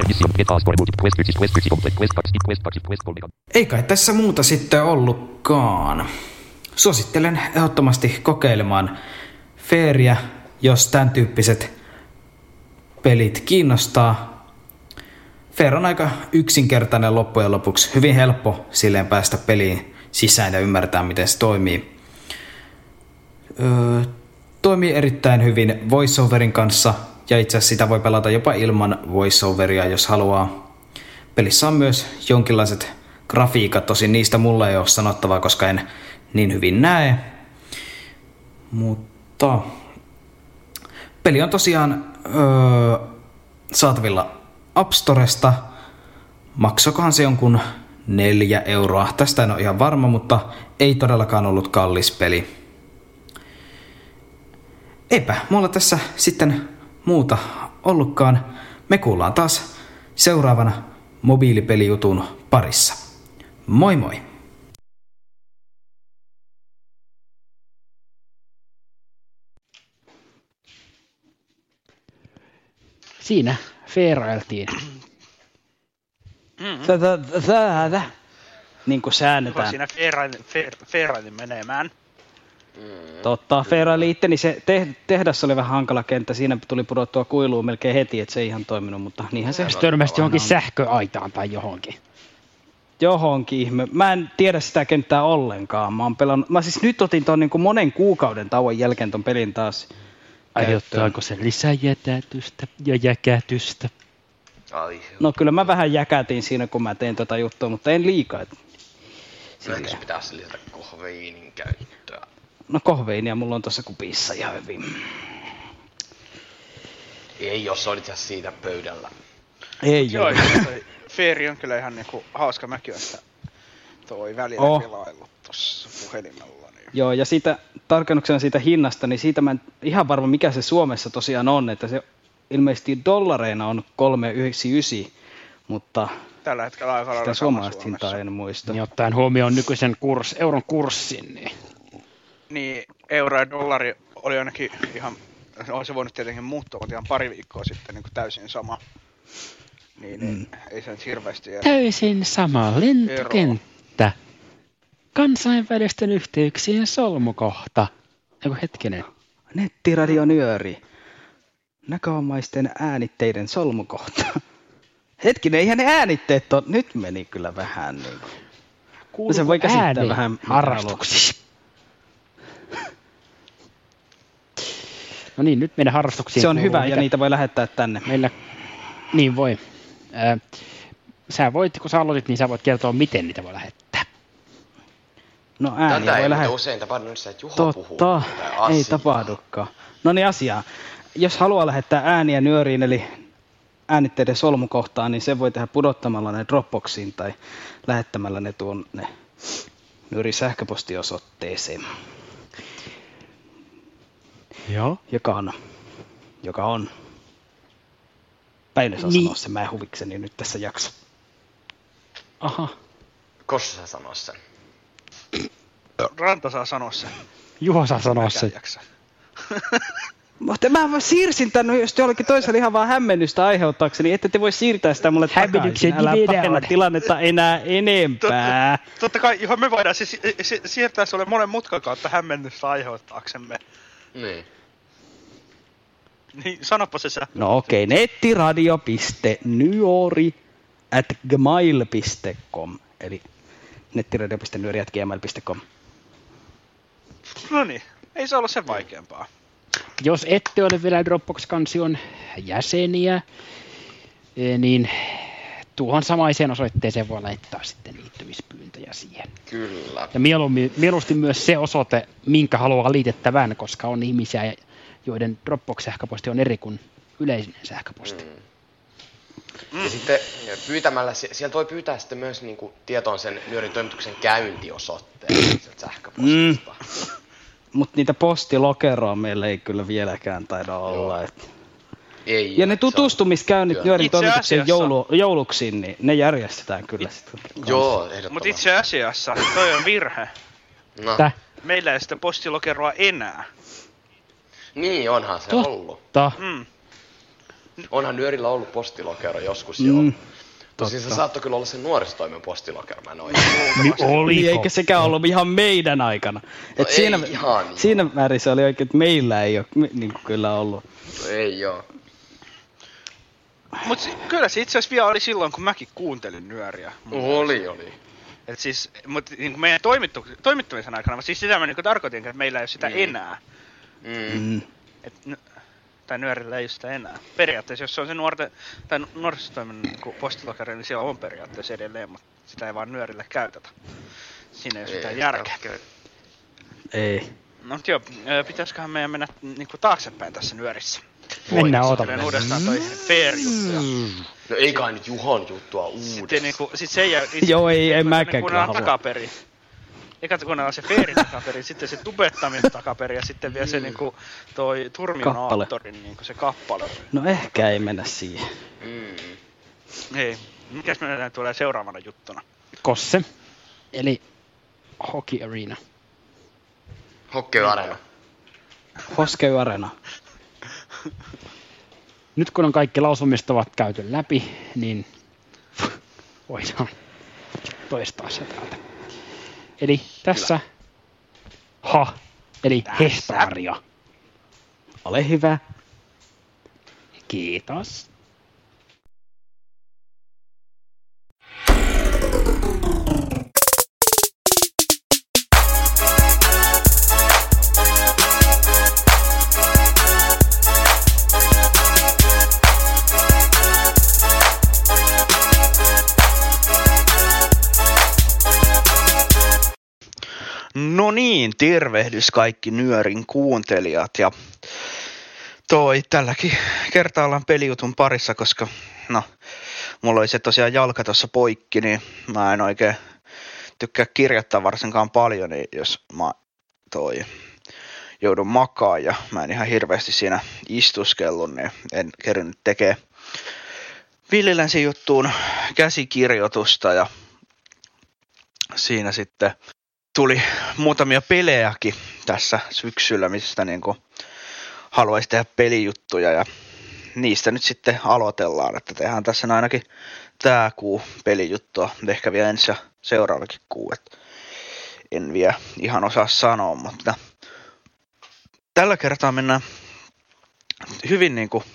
Ei kai tässä muuta sitten ollutkaan. Suosittelen ehdottomasti kokeilemaan Feeriä, jos tämän tyyppiset pelit kiinnostaa. Fair on aika yksinkertainen loppujen lopuksi. Hyvin helppo silleen päästä peliin sisään ja ymmärtää, miten se toimii. Öö, toimii erittäin hyvin voiceoverin kanssa, ja itse asiassa sitä voi pelata jopa ilman voiceoveria, jos haluaa. Pelissä on myös jonkinlaiset grafiikat, tosin niistä mulla ei ole sanottavaa, koska en niin hyvin näe. Mutta peli on tosiaan öö, saatavilla App Storesta. Maksokohan se jonkun neljä euroa. Tästä en ole ihan varma, mutta ei todellakaan ollut kallis peli. Eipä mulla tässä sitten muuta ollutkaan. Me kuullaan taas seuraavana mobiilipelijutun parissa. Moi moi! Siinä feerailtiin. Tätä, niin kuin säännetään. Siinä feerailin, feer, feerailin menemään. Mm. Totta, Feera Liitte, niin se te- tehdas oli vähän hankala kenttä. Siinä tuli pudottua kuiluun melkein heti, että se ei ihan toiminut, mutta niinhän se... Se törmästi johonkin sähköaitaan tai johonkin. Johonkin ihme. Mä en tiedä sitä kenttää ollenkaan. Mä oon pelannut... Mä siis nyt otin ton niin kuin monen kuukauden tauon jälkeen ton pelin taas. Aiheuttaako se lisäjätätystä ja jäkätystä? Ai, no kyllä mä vähän jäkätin siinä, kun mä tein tota juttua, mutta en liikaa. Ehkä se pitäisi lisätä kohveiinin käyttöä. No kohveiinia mulla on tossa kupissa ihan hyvin. Ei, jos se on itse asiassa siitä pöydällä. Ei joo. ole. Feeri on kyllä ihan niinku hauska mäkin, että toi välillä oh. pelaillut tossa puhelimella. Niin. Joo, ja siitä tarkennuksena siitä hinnasta, niin siitä mä en ihan varma mikä se Suomessa tosiaan on, että se ilmeisesti dollareina on kolme yhdeksänkymmentäyhdeksän, mutta tällä hetkellä aika lailla suomalaista hintaa en muista. Niin ottaen huomioon nykyisen kurs, euron kurssin, niin... Niin, euro ja dollari oli ainakin ihan, on se voinut tietenkin muuttua, mutta ihan pari viikkoa sitten niin kuin täysin sama. Niin, mm. niin ei se nyt hirveästi ero. Täysin sama lentokenttä. Kansainvälisten yhteyksien solmukohta. Eiku hetkinen. Nettiradionyöri. Näkövammaisten äänitteiden solmukohta. Hetkinen, eihän ne äänitteet on... Nyt meni kyllä vähän niin kuin... Kuuluuko se voi käsittää ääni vähän harrastuksissa? No niin, nyt meidän harrastuksiin se on kuuluu, hyvä mikä... ja niitä voi lähettää tänne. Meillä... Niin voi. Äh, sä voit, kun sä aloitit, niin sä voit kertoa, miten niitä voi lähettää. No ääniä Tätä voi lähettää. usein tapahdu, että Juha Totta, puhuu. ei tapahdukaan. No niin asiaa. Jos haluaa lähettää ääniä nyöriin, eli äänitteiden solmukohtaan, niin se voi tehdä pudottamalla ne Dropboxiin tai lähettämällä ne tuonne nyörin sähköpostiosoitteeseen. Joo. Joka on, joka on. Päinö saa niin. sanoa sen, mä en huvikseni nyt tässä jakso. Aha. Kossa saa sanoa sen. Ranta saa sanoa sen. Juho saa sanoa sen. Mutta mä siirsin tänne jos jollekin toiselle ihan vaan hämmennystä aiheuttaakseni, ette te voi siirtää sitä mulle takaisin. Älä pahenna tilannetta enää enempää. Totta, totta kai, johon me voidaan siis siirtää sulle monen mutkan kautta hämmennystä aiheuttaaksemme. Niin. Niin, sanoppa se sä. No okei, okay. nettiradio piste nyori at gmail piste com eli nettiradio piste nyori at gmail piste com. No niin, ei se ole sen vaikeampaa. Jos ette ole vielä Dropbox-kansion jäseniä, niin tuohon samaiseen osoitteeseen voi laittaa sitten liittymispyyntöjä siihen. Kyllä. Ja mieluummin, mieluusti myös se osoite, minkä haluaa liitettävän, koska on ihmisiä, joiden Dropbox-sähköposti on eri kuin yleinen sähköposti. Mm. Mm. Ja sitten pyytämällä, sieltä voi pyytää sitten myös niin kuin tietoon sen nyörin toimituksen käyntiosoitteen sieltä sähköpostista. Mm. Mutta niitä postilokeroa meillä ei kyllä vieläkään taida olla. Et... Ei, ja ne tutustumiskäynnit nyörin toimituksen joulu, jouluksiin, niin ne järjestetään kyllä. It... Joo, ehdottomasti. Mutta itse asiassa toi on virhe. No. Meillä ei sitä postilokeroa enää. Niin, onhan se Totta. ollut. Mm. Onhan nyörillä ollut postilokero joskus mm. jo. Tosin se saattoi kyllä olla se nuorisotoimen postilokero, mä en oo niin oli, eikä sekään ollut ihan meidän aikana. Et no siinä, ihan, siinä määrin se oli oikein, että meillä ei ole niin kyllä ollut. No ei joo. Mut kyllä se itse asiassa vielä oli silloin, kun mäkin kuuntelin nyöriä. Oli, oli. Et siis, mut niin meidän toimittu, toimittamisen aikana, siis sitä mä niin tarkoitin, että meillä ei ole sitä mm. enää. Mm. Et, tai nyörillä ei ole sitä enää. Periaatteessa, jos se on se nuorten, tai nuorisotoimen niin postilokeri, niin siellä on periaatteessa edelleen, mutta sitä ei vaan nyörillä käytetä. Siinä ei ole mitään järkeä. Ei. No mutta joo, pitäisiköhän meidän mennä niin kuin taaksepäin tässä nyörissä? Mennään otamme. Uudestaan toi Fair-juttuja. No ei kai nyt Juhon juttua uudestaan. Sitten niinku, sit se jää... Joo, ei, en mäkään kyllä halua. Takaperi. Eikä kuunnella se Fairin takaperi, sitten se tubettaminen takaperi ja sitten vielä se niinku toi Turminaattorin niinku se kappale. No ehkä ei mennä siihen. Mm. Ei. Mikäs meidän tulee seuraavana juttuna? Kosse. Eli Hockey Arena. Hockey Arena. Hockey Arena. Nyt kun on kaikki lausumistavat käyty läpi, niin voidaan toistaa se täältä. Eli tässä Kyllä. ha eli Hestaria. Ole hyvä. Kiitos. No niin, tervehdys kaikki Nyörin kuuntelijat ja toi tälläkin kertaa ollaan pelijutun parissa, koska no, mulla oli se tosiaan jalka tuossa poikki, niin mä en oikein tykkää kirjoittaa varsinkaan paljon, niin jos mä toi joudun makaan ja mä en ihan hirveästi siinä istuskellut, niin en kerinyt tekemään Villilänsi juttuun käsikirjoitusta ja siinä sitten tuli muutamia pelejäkin tässä syksyllä, mistä niin kuin haluaisi tehdä pelijuttuja ja niistä nyt sitten aloitellaan, että tehdään tässä ainakin tää kuu pelijuttua, ehkä vielä ensi ja seuraavakin kuu, että en vielä ihan osaa sanoa, mutta tällä kertaa mennään hyvin niin kuin,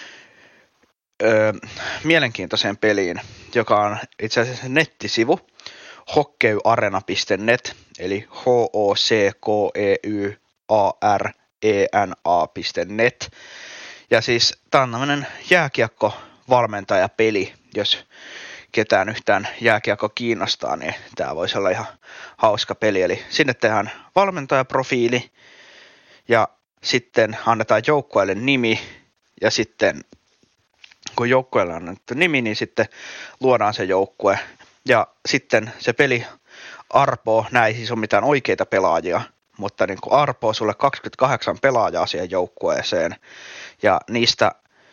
öö, mielenkiintoiseen peliin, joka on itse asiassa nettisivu hockeyarena piste net, eli h o c k e y a r e n a piste net. Ja siis tää on tämmönen jääkiekko-valmentajapeli, jos ketään yhtään jääkiekko kiinnostaa, niin tää voisi olla ihan hauska peli. Eli sinne tehdään valmentajaprofiili ja sitten annetaan joukkueelle nimi ja sitten kun joukkueelle on annettu nimi, niin sitten luodaan se joukkue. Ja sitten se peli arpoo, nämä ei siis ole mitään oikeita pelaajia, mutta niin kuin arpoo sulle kaksikymmentäkahdeksan pelaajaa siihen joukkueeseen. Ja niistä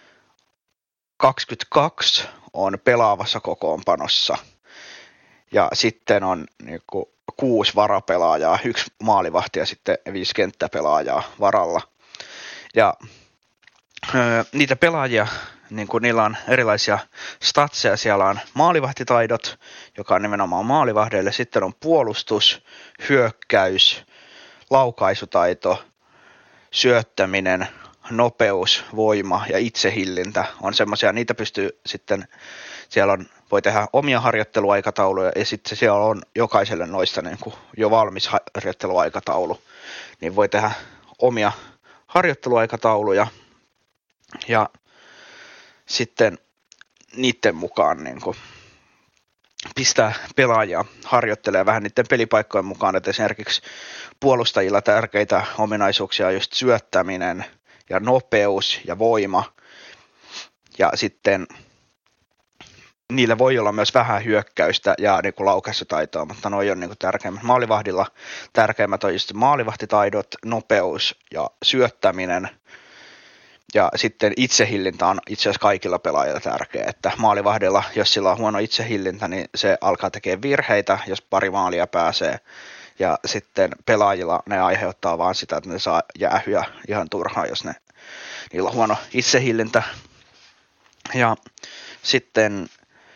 kaksikymmentäkaksi on pelaavassa kokoonpanossa. Ja sitten on niin kuin kuusi varapelaajaa, yksi maalivahti ja sitten viisi kenttäpelaajaa varalla. Ja öö, niitä pelaajia, niin kuin niillä on erilaisia statseja, siellä on maalivahtitaidot, joka on nimenomaan maalivahdeille, sitten on puolustus, hyökkäys, laukaisutaito, syöttäminen, nopeus, voima ja itsehillintä on semmoisia, niitä pystyy sitten, siellä on, voi tehdä omia harjoitteluaikatauluja ja sitten siellä on jokaiselle noista niin kuin jo valmis harjoitteluaikataulu, niin voi tehdä omia harjoitteluaikatauluja ja sitten niiden mukaan niin kuin pistää pelaajia harjoittelee vähän niiden pelipaikkojen mukaan, että esimerkiksi puolustajilla tärkeitä ominaisuuksia on just syöttäminen ja nopeus ja voima ja sitten niillä voi olla myös vähän hyökkäystä ja niin kuin laukaisutaitoa, mutta noi on niin kuin tärkeimmät. Maalivahdilla tärkeimmät on just maalivahtitaidot, nopeus ja syöttäminen. Ja sitten itsehillintä on itse asiassa kaikilla pelaajilla tärkeä, että maalivahdilla, jos sillä on huono itsehillintä, niin se alkaa tekemään virheitä, jos pari maalia pääsee. Ja sitten pelaajilla ne aiheuttaa vaan sitä, että ne saa jäähyä ihan turhaan, jos ne, niillä on huono itsehillintä. Ja sitten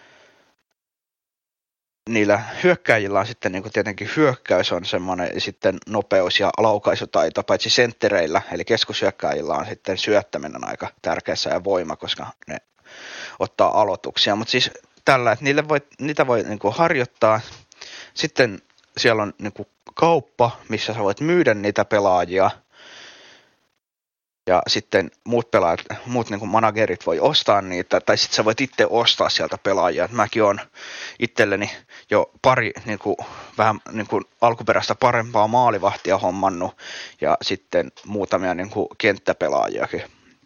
niillä hyökkäjillä on sitten niin kuin tietenkin hyökkäys on semmoinen, ja sitten nopeus ja laukaisutaito, paitsi senttereillä, eli keskushyökkäjillä on sitten syöttäminen aika tärkeässä ja voima, koska ne ottaa aloituksia. Mutta siis tällä, että niille voi, niitä voi niin kuin harjoittaa. Sitten siellä on niin kuin kauppa, missä sä voit myydä niitä pelaajia. Ja sitten muut pelaajat, muut niin kuin managerit voi ostaa niitä, tai sitten sä voit itse ostaa sieltä pelaajia. Mäkin on itselleni jo pari niin kuin, vähän niin kuin alkuperäistä parempaa maalivahtia hommannut, ja sitten muutamia niin kuin kenttäpelaajiakin.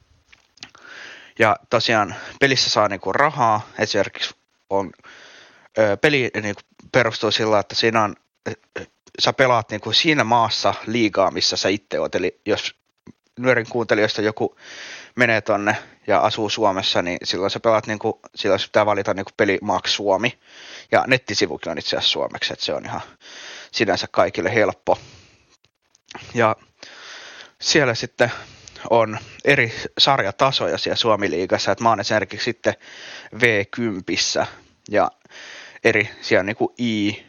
Ja tosiaan pelissä saa niin kuin rahaa, esimerkiksi on, ö, peli niin kuin perustuu sillä, että siinä on, sä pelaat niin kuin siinä maassa liigaa, missä sä itse oot, eli jos Nyörin kuuntelijoista joku menee tonne ja asuu Suomessa, niin silloin sä pelaat, niin kuin, silloin pitää valita niin kuin pelimaaksi Suomi. Ja nettisivukin on itse asiassa suomeksi, että se on ihan sinänsä kaikille helppo. Ja siellä sitten on eri sarjatasoja siellä Suomi-liigassa, että mä oon esimerkiksi sitten V kymmenen ja eri siellä niin kuin I,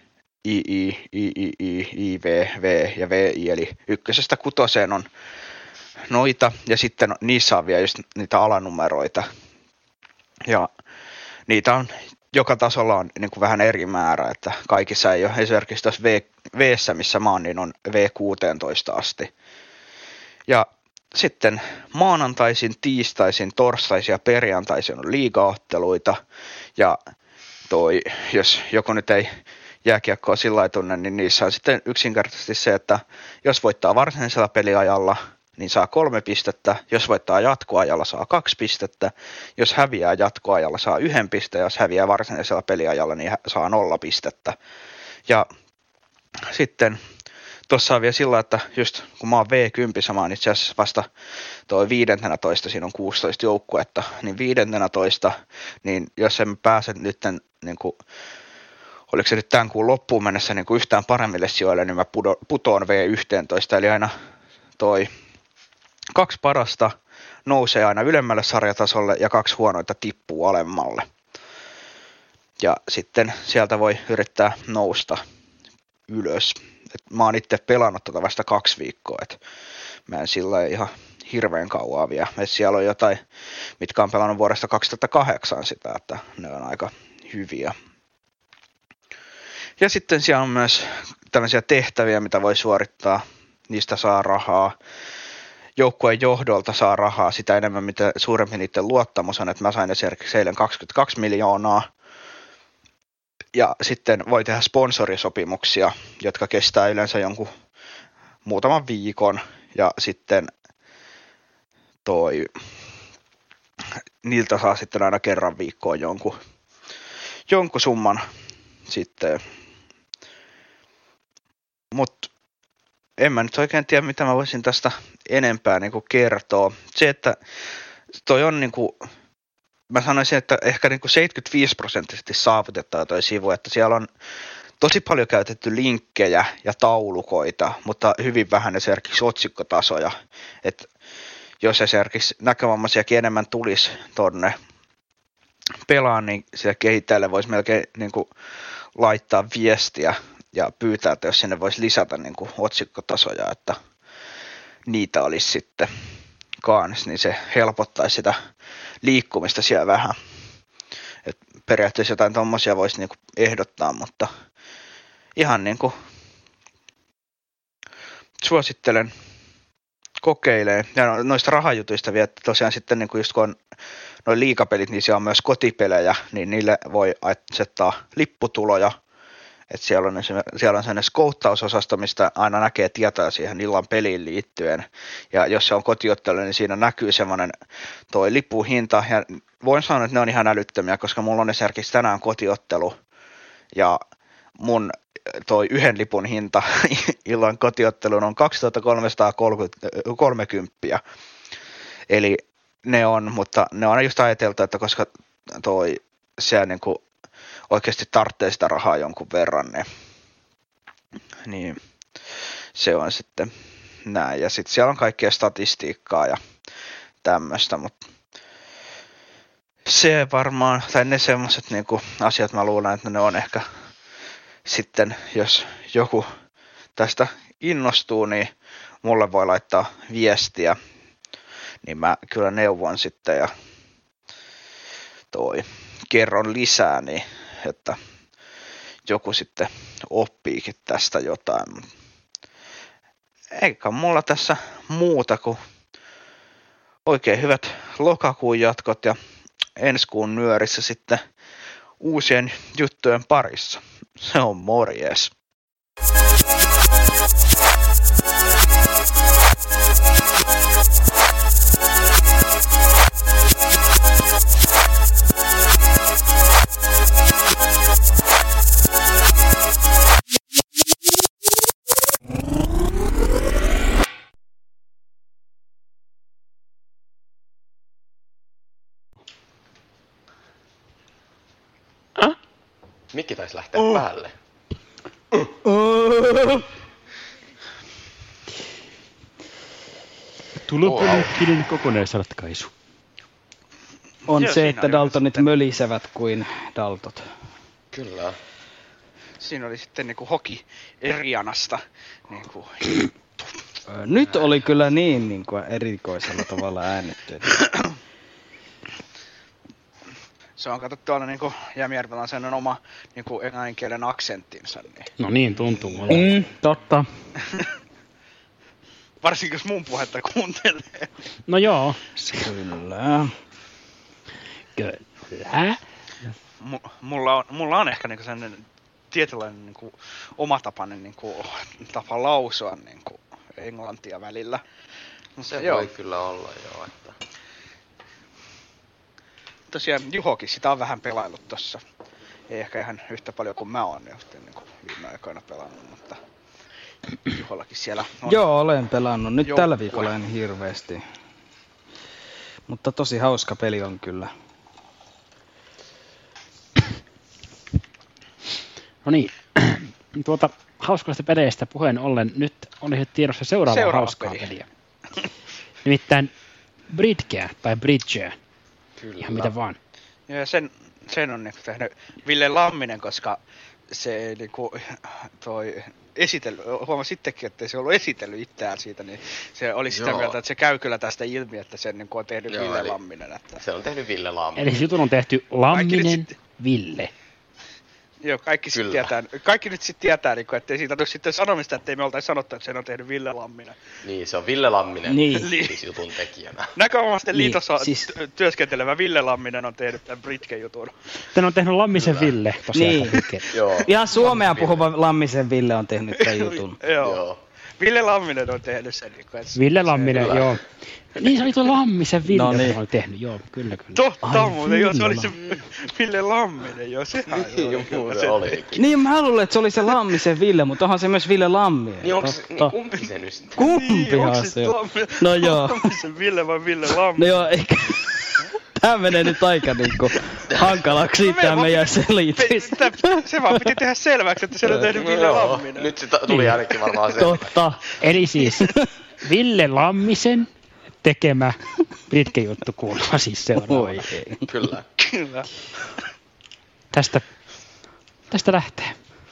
I I, I I I, I V, V ja V I, eli ykkösestä kutoseen on noita, ja sitten niissä on vielä just niitä alanumeroita. Ja niitä on, joka tasolla on niin kuin vähän eri määrä, että kaikissa ei ole, esimerkiksi tässä v, V:ssä, missä mä oon, niin on V kuusitoista asti. Ja sitten maanantaisin, tiistaisin, torstaisin ja perjantaisin on liigaotteluita, ja toi, jos joku nyt ei jääkiekkoa sillä lailla tunne, niin niissä on sitten yksinkertaisesti se, että jos voittaa varsinaisella peliajalla, niin saa kolme pistettä, jos voittaa jatkoajalla saa kaksi pistettä, jos häviää jatkoajalla saa yhden pisteen, jos häviää varsinaisella peliajalla, niin saa nolla pistettä. Ja sitten tuossa on vielä sillä, että just kun mä oon V kymmenen, mä oon itse asiassa vasta toi viidentenätoista, siinä on kuusitoista joukkuetta, niin viidentenätoista, niin jos emme pääse nyt, niin kuin, oliko se nyt tämän kuun loppuun mennessä niin kuin yhtään paremmille sijoille, niin mä putoon V yksitoista, eli aina toi kaksi parasta nousee aina ylemmälle sarjatasolle ja kaksi huonoita tippuu alemmalle. Ja sitten sieltä voi yrittää nousta ylös. Et mä oon itse pelannut tota vasta kaksi viikkoa, et mä en sillä ihan hirveän kauaa vielä. Et siellä on jotain, mitkä on pelannut vuodesta kaksituhattakahdeksan sitä, että ne on aika hyviä. Ja sitten siellä on myös tällaisia tehtäviä, mitä voi suorittaa. Niistä saa rahaa. Joukkueen johdolta saa rahaa sitä enemmän, mitä suurempi niiden luottamus on. Että mä sain esimerkiksi eilen kaksikymmentäkaksi miljoonaa. Ja sitten voi tehdä sponsorisopimuksia, jotka kestää yleensä jonkun muutaman viikon. Ja sitten toi, niiltä saa sitten aina kerran viikkoon jonkun, jonkun summan sitten. Mutta en mä nyt oikein tiedä, mitä mä voisin tästä enempää niin kuin kertoa. Se, että toi on niin kuin, mä sanoisin, että ehkä niin kuin seitsemänkymmentäviisi prosenttisesti saavutettava toi sivu, että siellä on tosi paljon käytetty linkkejä ja taulukoita, mutta hyvin vähän esimerkiksi otsikkotasoja. Että jos esimerkiksi näkövammaisiakin enemmän tulisi tonne pelaan, niin sille kehittäjälle voisi melkein niin kuin laittaa viestiä ja pyytää, että jos sinne voisi lisätä niin kuin otsikkotasoja, että niitä olisi sitten kans, niin se helpottaisi sitä liikkumista siellä vähän. Et periaatteessa jotain tommosia voisi niin kuin ehdottaa, mutta ihan niin kuin suosittelen kokeilee. Ja noista rahajutuista vielä, että tosiaan sitten niin kuin just kun on noin liigapelit, niin siellä on myös kotipelejä, niin niille voi asettaa lipputuloja. Että siellä on, siellä on sellainen skouttausosasto, mistä aina näkee tietoa siihen illan peliin liittyen. Ja jos se on kotiottelu, niin siinä näkyy semmoinen toi lippuhinta. Ja voin sanoa, että ne on ihan älyttömiä, koska mulla on esimerkiksi tänään kotiottelu. Ja mun toi yhden lipun hinta illan kotiotteluun on kaksituhattakolmesataakolmekymmentä. Eli ne on, mutta ne on just ajateltu, että koska toi se niin kuin oikeasti tarvitsee sitä rahaa jonkun verran, niin, niin se on sitten näin. Ja sitten siellä on kaikkea statistiikkaa ja tämmöistä, mutta se varmaan, tai ne semmoiset niinku asiat mä luulen, että ne on ehkä sitten, jos joku tästä innostuu, niin mulle voi laittaa viestiä, niin mä kyllä neuvon sitten ja toi kerron lisää, niin että joku sitten oppiikin tästä jotain. Eikä mulla tässä muuta kuin oikein hyvät lokakuun jatkot ja ensi kuun nyörissä sitten uusien juttujen parissa. Se on morjes. Mikki taisi lähteä oh. päälle. Oh. Tulopoliittinen kokonaisratkaisu. On se, se, että Daltonit mölisevät kuin Daltot. Kyllä. siinä oli sitten niinku Hoki Erianasta niinku. Nyt oli kyllä niin, niin kuin erikoisella tavalla äänetty. Se on katsottu tuolla niinku Jämijärvellä on sen oma niinku englanninkielen aksenttinsa. Niin. No niin, tuntuu. Mm, totta. Varsinkin jos mun puhetta kuuntelee. No joo. Kyllä. Kyllä. M- mulla, on, mulla on ehkä niinku sellainen tietynlainen niinku omatapainen niinku tapa lausua niinku englantia välillä. Se joo. Voi kyllä olla joo. Että... Tosiaan Juhokin sitä on vähän pelaillut tossa. Ei ehkä ihan yhtä paljon kuin mä oon niin kuin viime aikoina pelannut, mutta Juhollakin siellä on. Joo, olen pelannut. Nyt joukkue. Tällä viikolla en hirveästi. Mutta tosi hauska peli on kyllä. No niin, tuota hauskoista peleistä puheen ollen nyt on ihan tiedossa seuraava, seuraava hauskaa peli. peliä. Nimittäin Bridgeä tai Bridgeä. Kyllä. Ihan mitä vaan. Ja sen, sen on niinku tehnyt Ville Lamminen, koska se niinku toi esitellyt, huomasin sittenkin, että se ollut esitellyt itseään siitä, niin se oli sitä Joo. mieltä, että se käy kyllä tästä ilmi, että sen niinku on tehnyt Joo, Ville Lamminen. Että... Se on tehnyt Ville Lamminen. Eli jutun on tehty Lamminen sit... Ville. Joo, kaikki, sit tietää, kaikki nyt sitten tietää, niin että ei siitä tule sitten sanomista, että ei me oltaisi sanottu, että sen on tehnyt Ville Lamminen. Niin, se on Ville Lamminen, niin. Siis jutun tekijänä. Näkövammaisten niin, liitossa siis... työskentelevä Ville Lamminen on tehnyt tämän Britke-jutun. Tän on tehnyt Lammisen Kyllä. Ville tosiaan. Niin. Joo. Ihan suomea Lammisen puhuva Ville. Lammisen Ville on tehnyt tämän jutun. Joo. Joo. Ville Lamminen on tehnyt sen. Niin kuin, Ville Lamminen, se, joo. Niin se oli tuo Lammisen Ville, no niin. oli tehnyt, joo, kyllä kyllä. Totta muuten, joo, se oli se Ville Lamminen, joo, sehän oli. se oli. Niin, mä luulen, että se oli se Lammisen Ville, mutta onhan se myös Ville Lamminen. Niin, onks, niin kumpi se nyt sitten? Kumpihan se on. No joo. Lammisen Ville vai Ville Lamminen? No joo, eikä... Tää menee nyt aika niinku hankalaksi no, tää meidän selitys. Se vaan piti tehdä selväksi, että se on tehnyt Ville Lamminen. Nyt se tuli ainakin varmaan se. Totta. Eli siis Ville Lammisen tekemä pitkä juttu kuuluu siis seuraavaan. Kyllä. Kyllä. Tästä, tästä lähtee.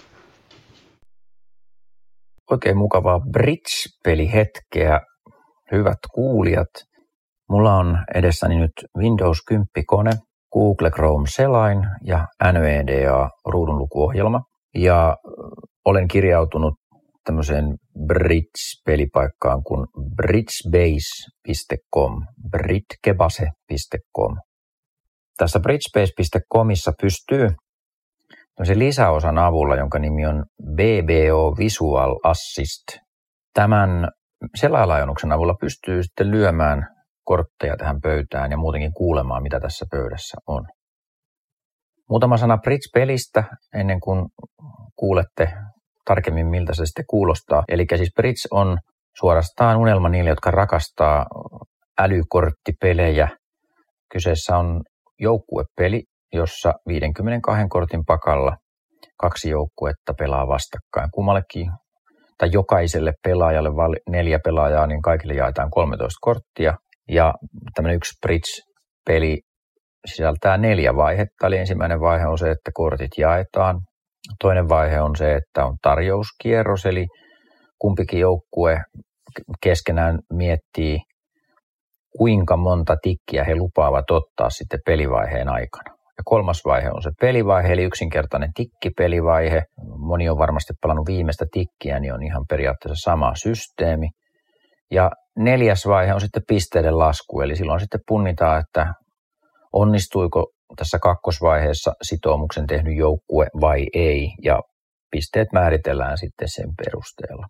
Oikein mukavaa Bridge-pelihetkeä, hyvät kuulijat. Mulla on edessäni nyt Windows kymmenen-kone, Google Chrome-selain ja N V D A-ruudunlukuohjelma. Ja olen kirjautunut tämmöiseen Bridge-pelipaikkaan kuin bridgebase piste com, bridgebase piste com. Tässä bridgebase piste comissa pystyy tämmöisen lisäosan avulla, jonka nimi on B B O Visual Assist. Tämän selainlaajennuksen avulla pystyy sitten lyömään kortteja tähän pöytään ja muutenkin kuulemaan, mitä tässä pöydässä on. Muutama sana Bridge-pelistä ennen kuin kuulette tarkemmin, miltä se sitten kuulostaa. Eli siis Bridge on suorastaan unelma niille, jotka rakastaa älykorttipelejä. Kyseessä on joukkuepeli, jossa viidenkymmenenkahdeksan kortin pakalla kaksi joukkuetta pelaa vastakkain. Kummallekin tai jokaiselle pelaajalle neljä pelaajaa, niin kaikille jaetaan kolmetoista korttia. Ja tämmöinen yksi Bridge-peli sisältää neljä vaihetta. Eli ensimmäinen vaihe on se, että kortit jaetaan. Toinen vaihe on se, että on tarjouskierros, eli kumpikin joukkue keskenään miettii, kuinka monta tikkiä he lupaavat ottaa sitten pelivaiheen aikana. Ja kolmas vaihe on se pelivaihe, eli yksinkertainen tikkipelivaihe. Moni on varmasti pelannut viimeistä tikkiä, niin on ihan periaatteessa sama systeemi. Ja neljäs vaihe on sitten pisteiden lasku, eli silloin sitten punnitaan, että onnistuiko tässä kakkosvaiheessa sitoumuksen tehnyt joukkue vai ei, ja pisteet määritellään sitten sen perusteella.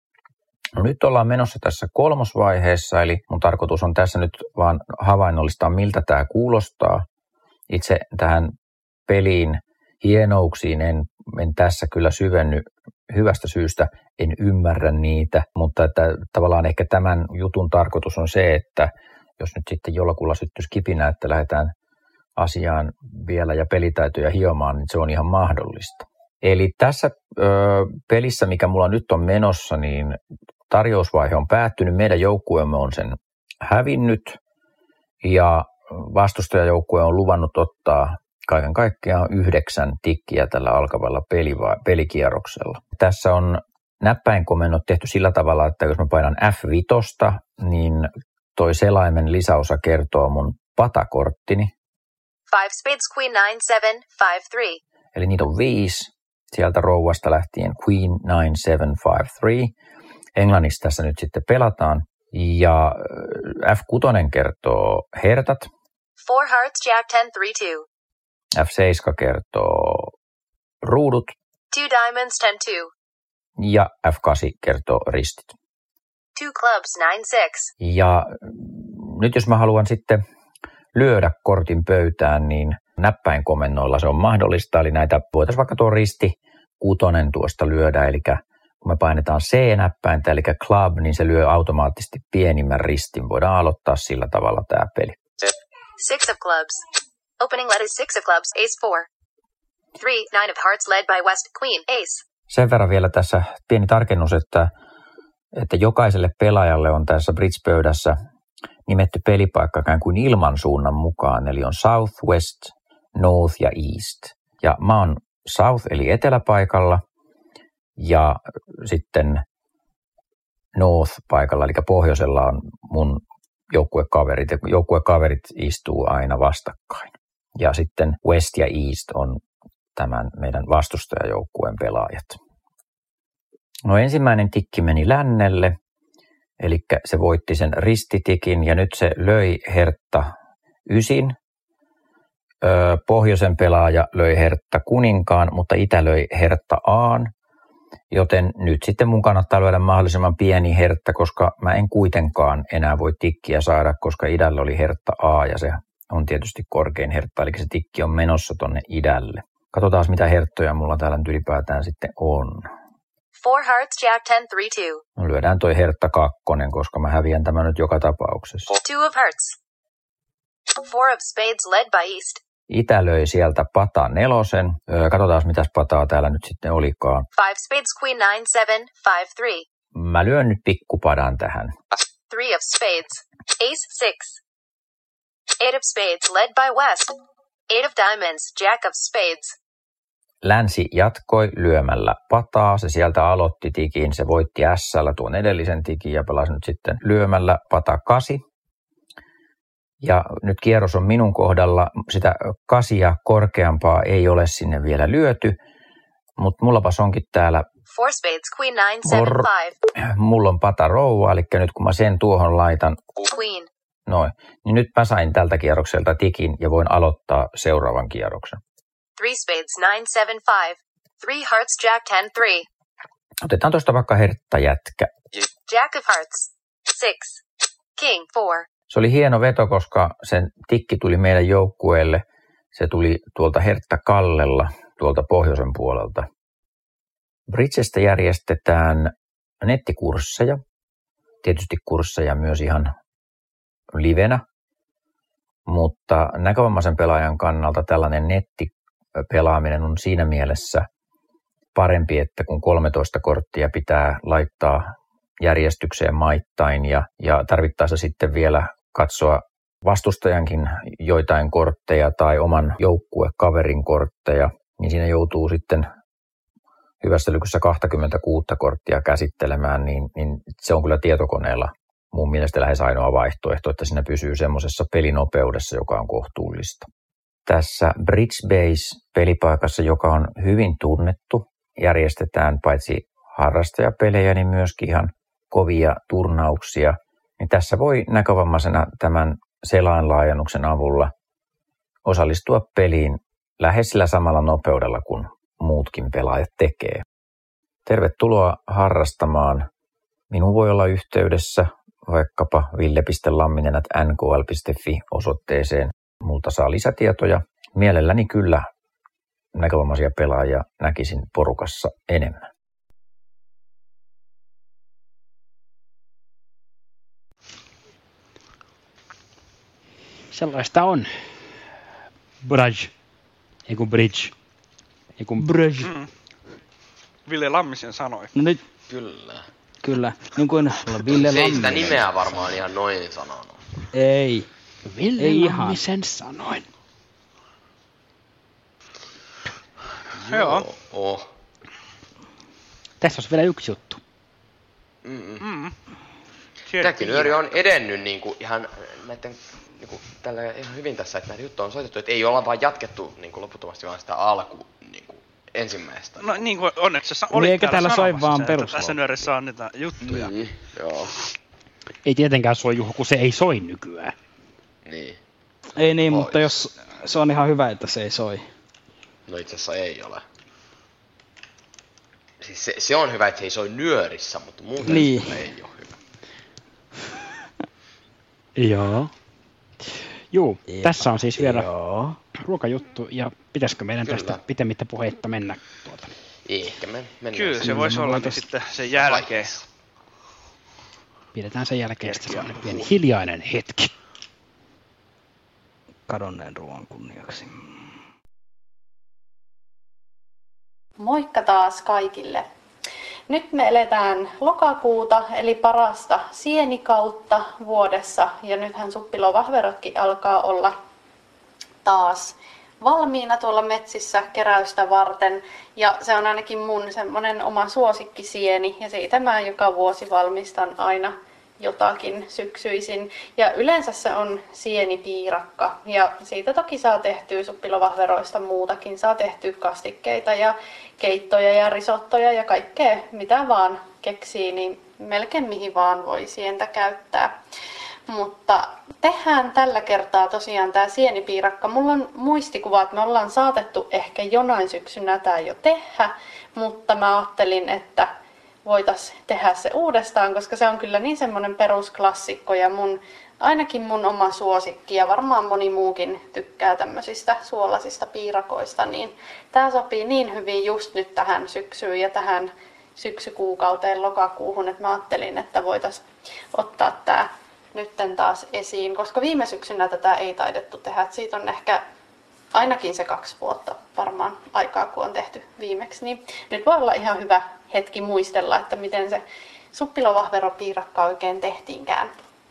No nyt ollaan menossa tässä kolmosvaiheessa, eli mun tarkoitus on tässä nyt vaan havainnollistaa, miltä tämä kuulostaa. Itse tähän peliin hienouksiin en, en tässä kyllä syvenny hyvästä syystä, en ymmärrä niitä, mutta että tavallaan ehkä tämän jutun tarkoitus on se, että jos nyt sitten jollakulla syttyisi kipinä, että lähdetään asiaan vielä ja pelitaitoja hiomaan, niin se on ihan mahdollista. Eli tässä ö, pelissä, mikä mulla nyt on menossa, niin tarjousvaihe on päättynyt, meidän joukkueemme on sen hävinnyt ja vastustajajoukkue on luvannut ottaa kaiken kaikkiaan yhdeksän tikkiä tällä alkavalla peliva- pelikierroksella. Tässä on näppäinkomennot tehty sillä tavalla, että jos mä painan F viisi, niin toi selaimen lisäosa kertoo mun patakorttini. Five spades queen nine seven five three. Eli niitä on viisi. Sieltä rouvasta lähtien queen nine seven five three. Englannissa tässä nyt sitten pelataan. Ja F kuusi kertoo hertat. Four hearts jack ten three two. F seitsemän kertoo ruudut. Two diamonds ten two. Ja F kahdeksan kertoo ristit. Two clubs nine six. Ja nyt jos mä haluan sitten lyödä kortin pöytään, niin näppäinkomennoilla se on mahdollista. Eli näitä voitaisiin vaikka tuo risti kutonen tuosta lyödä. Eli kun me painetaan C-näppäintä, eli club, niin se lyö automaattisesti pienimmän ristin. Voidaan aloittaa sillä tavalla tämä peli. Six of clubs. Opening lead is six of clubs, ace four. Three, nine of hearts led by west, queen, ace. Sen verran vielä tässä pieni tarkennus, että, että jokaiselle pelaajalle on tässä bridge-pöydässä nimetty pelipaikka ikään kuin ilmansuunnan mukaan. Eli on south, west, north ja east. Ja mä oon south eli eteläpaikalla ja sitten north paikalla, eli pohjoisella on mun joukkuekaverit. Joukkuekaverit istuu aina vastakkain. Ja sitten west ja east on tämän meidän vastustajajoukkueen pelaajat. No ensimmäinen tikki meni lännelle, eli se voitti sen ristitikin ja nyt se löi hertta ysin. Öö, pohjoisen pelaaja löi hertta kuninkaan, mutta itä löi hertta aan. Joten nyt sitten mun kannattaa lyödä mahdollisimman pieni hertta, koska mä en kuitenkaan enää voi tikkiä saada, koska idällä oli hertta A ja se on tietysti korkein hertta, eli se tikki on menossa tonne idälle. Katsotaan mitä herttoja mulla täällä nyt ylipäätään sitten on. Four hearts jack ten three two. No lyödään toi hertta kakkonen, koska mä häviän tämän nyt joka tapauksessa. Two of hearts. Four of spades led by east. Itä löi sieltä pata nelosen. Öö, katsotaan mitäs pataa täällä nyt sitten olikaan. Five spades queen nine seven five three. Mä lyön nyt pikkupadan tähän. Three of spades. Ace six. Eight of spades led by west. Eight of diamonds, jack of spades. Länsi jatkoi lyömällä pataa. Se sieltä aloitti tikin. Se voitti ässällä tuon edellisen tikin ja pelasi nyt sitten lyömällä pata kasi. Ja nyt kierros on minun kohdalla. Sitä kasia korkeampaa ei ole sinne vielä lyöty. Mutta mullapas onkin täällä Four spades, queen nine seven five. Mulla on pata rouva, eli nyt kun mä sen tuohon laitan, Queen. noin, niin nyt mä sain tältä kierrokselta tikin ja voin aloittaa seuraavan kierroksen. Three spades nine seven five. Three hearts jack ten three. Otetaan tuosta vaikka hertta jätkä. Jack of hearts. Six. King four. Se oli hieno veto, koska sen tikki tuli meidän joukkueelle. Se tuli tuolta hertta kallella, tuolta pohjoisen puolelta. Bridgestä järjestetään nettikursseja. Tietysti kursseja myös ihan livenä. Mutta näkövammaisen pelaajan kannalta tällainen nettipelaaminen on siinä mielessä parempi, että kun kolmetoista korttia pitää laittaa järjestykseen maittain ja, ja tarvittaessa sitten vielä katsoa vastustajankin joitain kortteja tai oman joukkuekaverin kortteja, niin siinä joutuu sitten hyvässä lykyssä kaksikymmentäkuusi korttia käsittelemään, niin, niin se on kyllä tietokoneella mun mielestä lähes ainoa vaihtoehto, että siinä pysyy semmoisessa pelinopeudessa, joka on kohtuullista. Tässä Bridge Base-pelipaikassa, joka on hyvin tunnettu, järjestetään paitsi harrastajapelejä, niin myöskin ihan kovia turnauksia. Niin tässä voi näkövammaisena tämän selainlaajennuksen avulla osallistua peliin lähes sillä samalla nopeudella kuin muutkin pelaajat tekee. Tervetuloa harrastamaan. Minun voi olla yhteydessä vaikkapa ville piste lamminen ät n k l piste f i osoitteeseen. Multa saa lisätietoja. Mielelläni kyllä näkövammaisia pelaajia näkisin porukassa enemmän. Sellaista on. Bridge. Ei kun bridge. Ei kun bridge. Mm. Ville Lammisen sanoi. No nyt. Kyllä. Kyllä. Niin kuin Ville Se ei Lamminen. sitä nimeä varmaan ihan noin sanonut. Ei. Ville Ei Lammisen sanoin. Joo. Oh. Tässä olisi vielä yksi juttu. Mm. Tämäkin nyöri on edennyt niinku ihan näiden niinku tällä ihan hyvin tässä, että näitä juttuja on soitettu, että ei olla vaan jatkettu niinku loputtomasti vaan sitä alku niinku ensimmäistä. No niin kuin onneksi sä Niin, olit eikä täällä soi vaan että peruslauta. tässä nyörissä on niitä juttuja. Niin, joo. Ei tietenkään soi Juho, kun se ei soi nykyään. Niin. Ei niin, Pois. mutta jos se on ihan hyvä, että se ei soi. No itse asiassa ei ole. Siis se, se on hyvä, että se ei soi nyörissä, mutta muuten Niin. se ei ole hyvä. Joo. Juu, Epa, tässä on siis vielä joo. ruokajuttu, ja pitäisikö meidän Kyllä. tästä pitemmittä puheitta mennä tuota? Ehkä me mennään. Kyllä, se Niin, voisi me olla voitais- niin sitten sen jälkeen. Pidetään sen jälkeen sitten sellainen pieni hiljainen hetki. Kadonneen ruoan kunniaksi. Moikka taas kaikille. Nyt me eletään lokakuuta, eli parasta sienikautta vuodessa, ja nythän suppilovahverotkin alkaa olla taas valmiina tuolla metsissä keräystä varten, ja se on ainakin mun semmonen oma suosikkisieni, ja siitä mä joka vuosi valmistan aina jotakin syksyisin. Ja yleensä se on sienipiirakka, ja siitä toki saa tehtyä suppilovahveroista muutakin. Saa tehtyä kastikkeita ja keittoja ja risottoja ja kaikkea mitä vaan keksii, niin melkein mihin vaan voi sientä käyttää. Mutta tehdään tällä kertaa tosiaan tämä sienipiirakka. Mulla on muistikuva, että me ollaan saatettu ehkä jonain syksynä tämä jo tehdä, mutta mä ajattelin, että voitaisiin tehdä se uudestaan, koska se on kyllä niin semmoinen perusklassikko ja mun, ainakin mun oma suosikki ja varmaan moni muukin tykkää tämmöisistä suolaisista piirakoista, niin tää sopii niin hyvin just nyt tähän syksyyn ja tähän syksykuukauteen lokakuuhun, että mä ajattelin, että voitaisiin ottaa tää nytten taas esiin, koska viime syksynä tätä ei taidettu tehdä, että siitä on ehkä ainakin se kaksi vuotta varmaan aikaa, kun on tehty viimeksi, niin nyt voi olla ihan hyvä hetki muistella, että miten se suppilovahveropiirakka oikein tehtiinkään.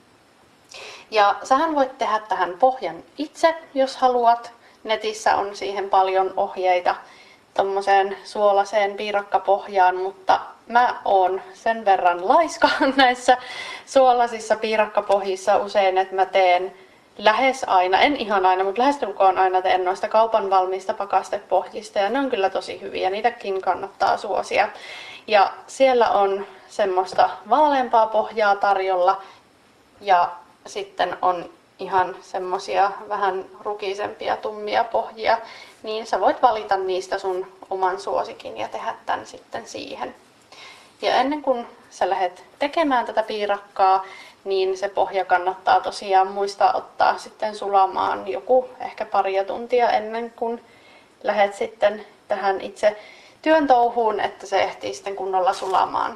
Ja sähän voit tehdä tähän pohjan itse, jos haluat. Netissä on siihen paljon ohjeita tommoseen suolaseen piirakkapohjaan, mutta mä oon sen verran laiska näissä suolasissa piirakkapohjissa usein, että mä teen lähes aina, en ihan aina, mutta lähestulkoon aina teen noista kaupan valmiista pakastepohjista ja ne on kyllä tosi hyviä, niitäkin kannattaa suosia. Ja siellä on semmoista vaaleampaa pohjaa tarjolla ja sitten on ihan semmosia vähän rukisempia tummia pohjia, niin sä voit valita niistä sun oman suosikin ja tehdä tän sitten siihen. Ja ennen kuin sä lähdet tekemään tätä piirakkaa, niin se pohja kannattaa tosiaan muistaa ottaa sitten sulamaan joku ehkä paria tuntia ennen kuin lähdet sitten tähän itse työn touhuun, että se ehtii sitten kunnolla sulamaan.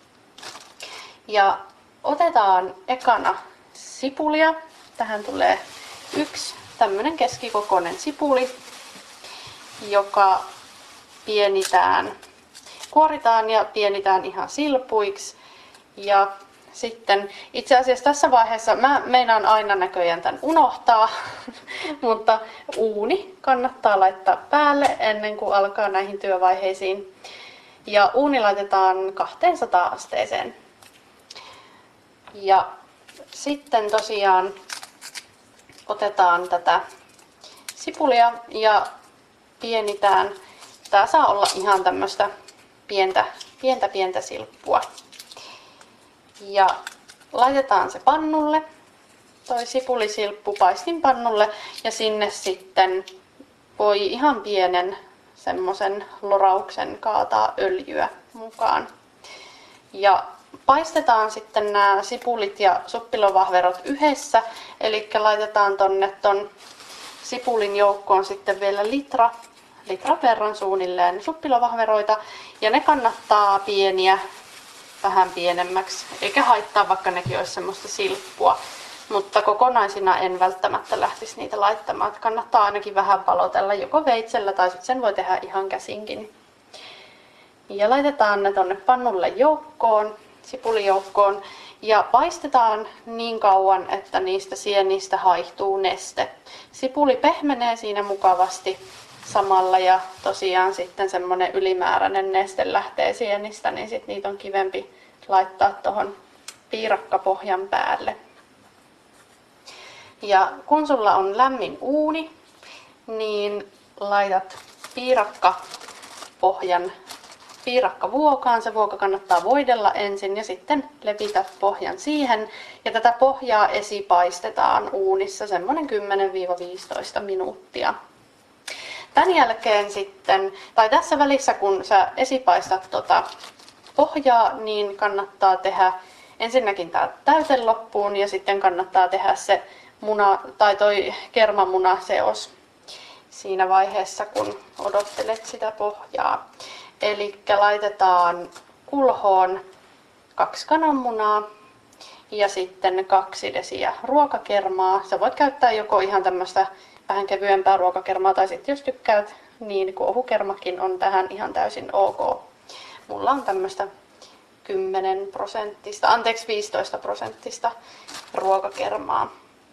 Ja otetaan ekana sipulia. Tähän tulee yksi tämmönen keskikokoinen sipuli, joka pienitään, kuoritaan ja pienitään ihan silpuiksi. Ja sitten itse asiassa tässä vaiheessa mä meinaan aina näköjään tämän unohtaa, mutta uuni kannattaa laittaa päälle ennen kuin alkaa näihin työvaiheisiin. Ja uuni laitetaan kaksisataa asteeseen. Ja sitten tosiaan otetaan tätä sipulia ja pienitään. Tää saa olla ihan tämmöistä pientä, pientä, pientä silppua. Ja laitetaan se pannulle, toi sipulisilppu paistinpannulle ja sinne sitten voi ihan pienen semmosen lorauksen kaataa öljyä mukaan. Ja paistetaan sitten nämä sipulit ja suppilovahverot yhdessä, eli laitetaan tonne ton sipulin joukkoon sitten vielä litra, litra verran suunnilleen suppilovahveroita ja ne kannattaa pieniä vähän pienemmäksi, eikä haittaa vaikka nekin olisi semmoista silppua, mutta kokonaisina en välttämättä lähtisi niitä laittamaan, että kannattaa ainakin vähän palotella joko veitsellä tai sitten sen voi tehdä ihan käsinkin. Ja laitetaan ne tonne pannulle joukkoon, sipulijoukkoon ja paistetaan niin kauan, että niistä sienistä haihtuu neste. Sipuli pehmenee siinä mukavasti samalla ja tosiaan sitten semmoinen ylimääräinen neste lähtee sienistä, niin sit niitä on kivempi laittaa tuohon piirakkapohjan päälle. Ja kun sulla on lämmin uuni, niin laitat piirakkapohjan piirakkavuokaan. Se vuoka kannattaa voidella ensin ja sitten levität pohjan siihen. Ja tätä pohjaa esipaistetaan uunissa semmoinen kymmenen viisitoista minuuttia. Tämän jälkeen sitten, tai tässä välissä kun sä esipaistat tota pohjaa, niin kannattaa tehdä ensinnäkin tämä täyte loppuun ja sitten kannattaa tehdä se muna, tai toi kermamunaseos siinä vaiheessa, kun odottelet sitä pohjaa. Eli laitetaan kulhoon kaksi kananmunaa ja sitten kaksi desiä ruokakermaa. Sä voit käyttää joko ihan tämmöistä vähän kevyempää ruokakermaa tai sitten jos tykkäät, niin kuohukermakin on tähän ihan täysin ok. Mulla on tämmöistä kymmenen prosenttista, anteeksi viisitoista prosenttista ruokakermaa.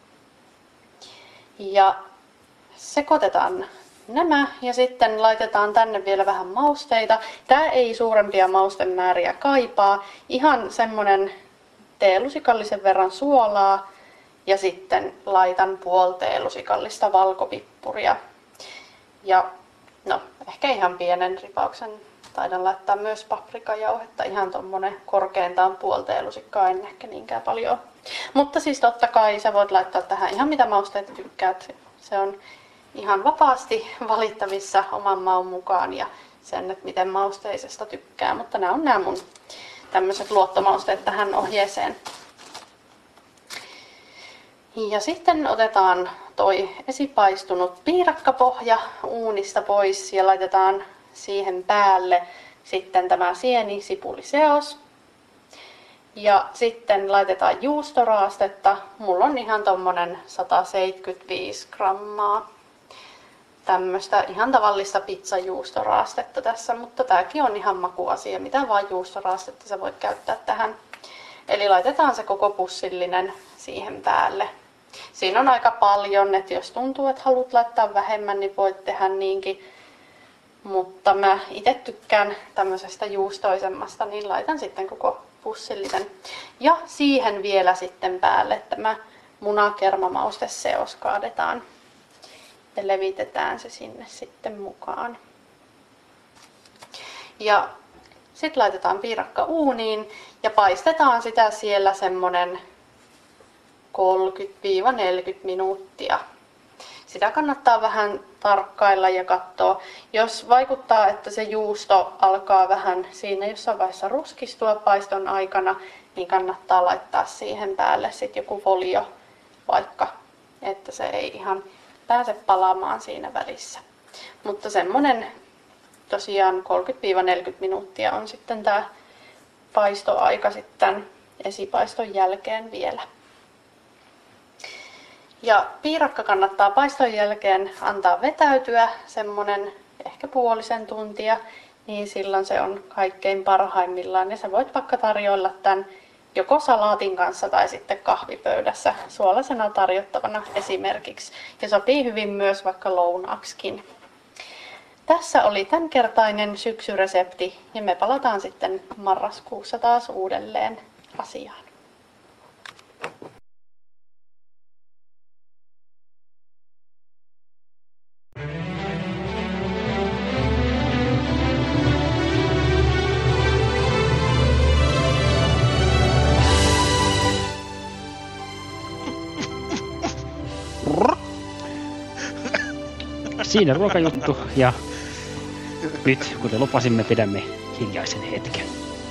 Ja sekoitetaan nämä ja sitten laitetaan tänne vielä vähän mausteita. Tää ei suurempia maustemääriä kaipaa. Ihan semmonen teelusikallisen verran suolaa ja sitten laitan puoli teelusikallista valkopippuria. Ja no, ehkä ihan pienen ripauksen taidan laittaa myös paprikajauhetta. Ihan tommonen korkeintaan puoli teelusikkaa, en ehkä niinkään paljon. Mutta siis totta kai sä voit laittaa tähän ihan mitä mausteita tykkäät. Se on ihan vapaasti valittavissa oman maun mukaan ja sen, että miten mausteisesta tykkää. Mutta nämä on nämä mun tämmöiset luottomausteet tähän ohjeeseen. Ja sitten otetaan toi esipaistunut piirakkapohja uunista pois ja laitetaan siihen päälle sitten tämä sienisipuliseos. Ja sitten laitetaan juustoraastetta. Mulla on ihan tommonen sata seitsemänkymmentäviisi grammaa. Tämmöistä ihan tavallista pizzajuustoraastetta tässä, mutta tääkin on ihan makuasia. Mitä vaan juustoraastetta sä voit käyttää tähän. Eli laitetaan se koko pussillinen siihen päälle. Siinä on aika paljon, että jos tuntuu, että haluat laittaa vähemmän, niin voit tehdä niinkin. Mutta mä itse tykkään tämmöisestä juustoisemmasta, niin laitan sitten koko pussillisen. Ja siihen vielä sitten päälle tämä munakermamausteseos kaadetaan. Ja levitetään se sinne sitten mukaan. Ja sitten laitetaan piirakka uuniin ja paistetaan sitä siellä semmonen kolmekymmentä neljäkymmentä minuuttia. Sitä kannattaa vähän tarkkailla ja katsoa. Jos vaikuttaa, että se juusto alkaa vähän siinä jossain vaiheessa ruskistua paiston aikana, niin kannattaa laittaa siihen päälle sitten joku folio vaikka, että se ei ihan pääse palaamaan siinä välissä. Mutta semmonen tosiaan kolmekymmentä neljäkymmentä minuuttia on sitten tää paistoaika sitten esipaiston jälkeen vielä. Ja piirakka kannattaa paiston jälkeen antaa vetäytyä semmonen ehkä puolisen tuntia, niin silloin se on kaikkein parhaimmillaan. Ja sä voit vaikka tarjoilla tämän joko salaatin kanssa tai sitten kahvipöydässä suolasena tarjottavana esimerkiksi. Ja sopii hyvin myös vaikka lounaaksikin. Tässä oli tämänkertainen syksyresepti ja me palataan sitten marraskuussa taas uudelleen asiaan. Siinä ruokajuttu ja nyt, kuten lupasimme, pidämme hiljaisen hetken.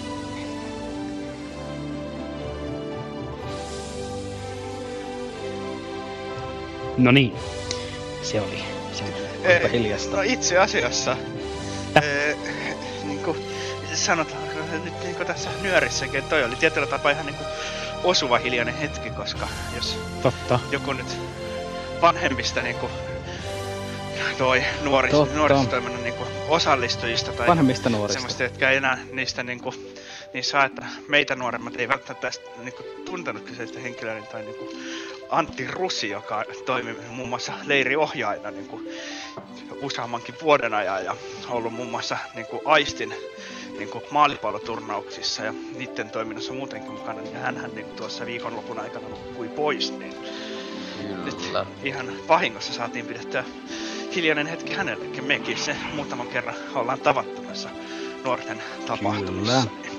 No niin, se oli. Se oli eh, hiljasta. No itse asiassa, eh, niin kuin sanotaanko nyt niin kuin tässä nyörissäkin, että toi oli tietyllä tapaa ihan niin kuin osuva hiljainen hetki, koska jos Totta. joku nyt vanhemmista niin kuin toi nuoris, nuorisotoiminnan niinku osallistujista tai vanhemmista nuorista, semmoista, jotka ei enää niistä niinku, niin saa, että meitä nuoremmat ei välttämättä tästä niinku tuntenut kyseistä henkilöä tai niinku Antti Rusi, joka toimi muun muassa leiriohjaajana niin kuin useammankin vuoden ajan ja ollut muun muassa niin kuin Aistin niin kuin maalipalloturnauksissa ja niiden toiminnassa muutenkin mukana, niin hänhän niin kuin tuossa viikonlopun aikana nukkui pois, niin Kyllä. ihan vahingossa saatiin pidettyä hiljainen hetki hänellekin. Mekin se muutaman kerran ollaan tavattu näissä nuorten tapahtumissa. Kyllä.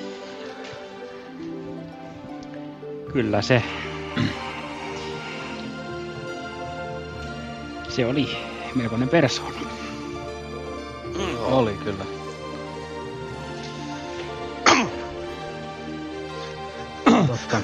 Kyllä se. Se oli melkoinen persoona. Mm, oli kyllä. Totta.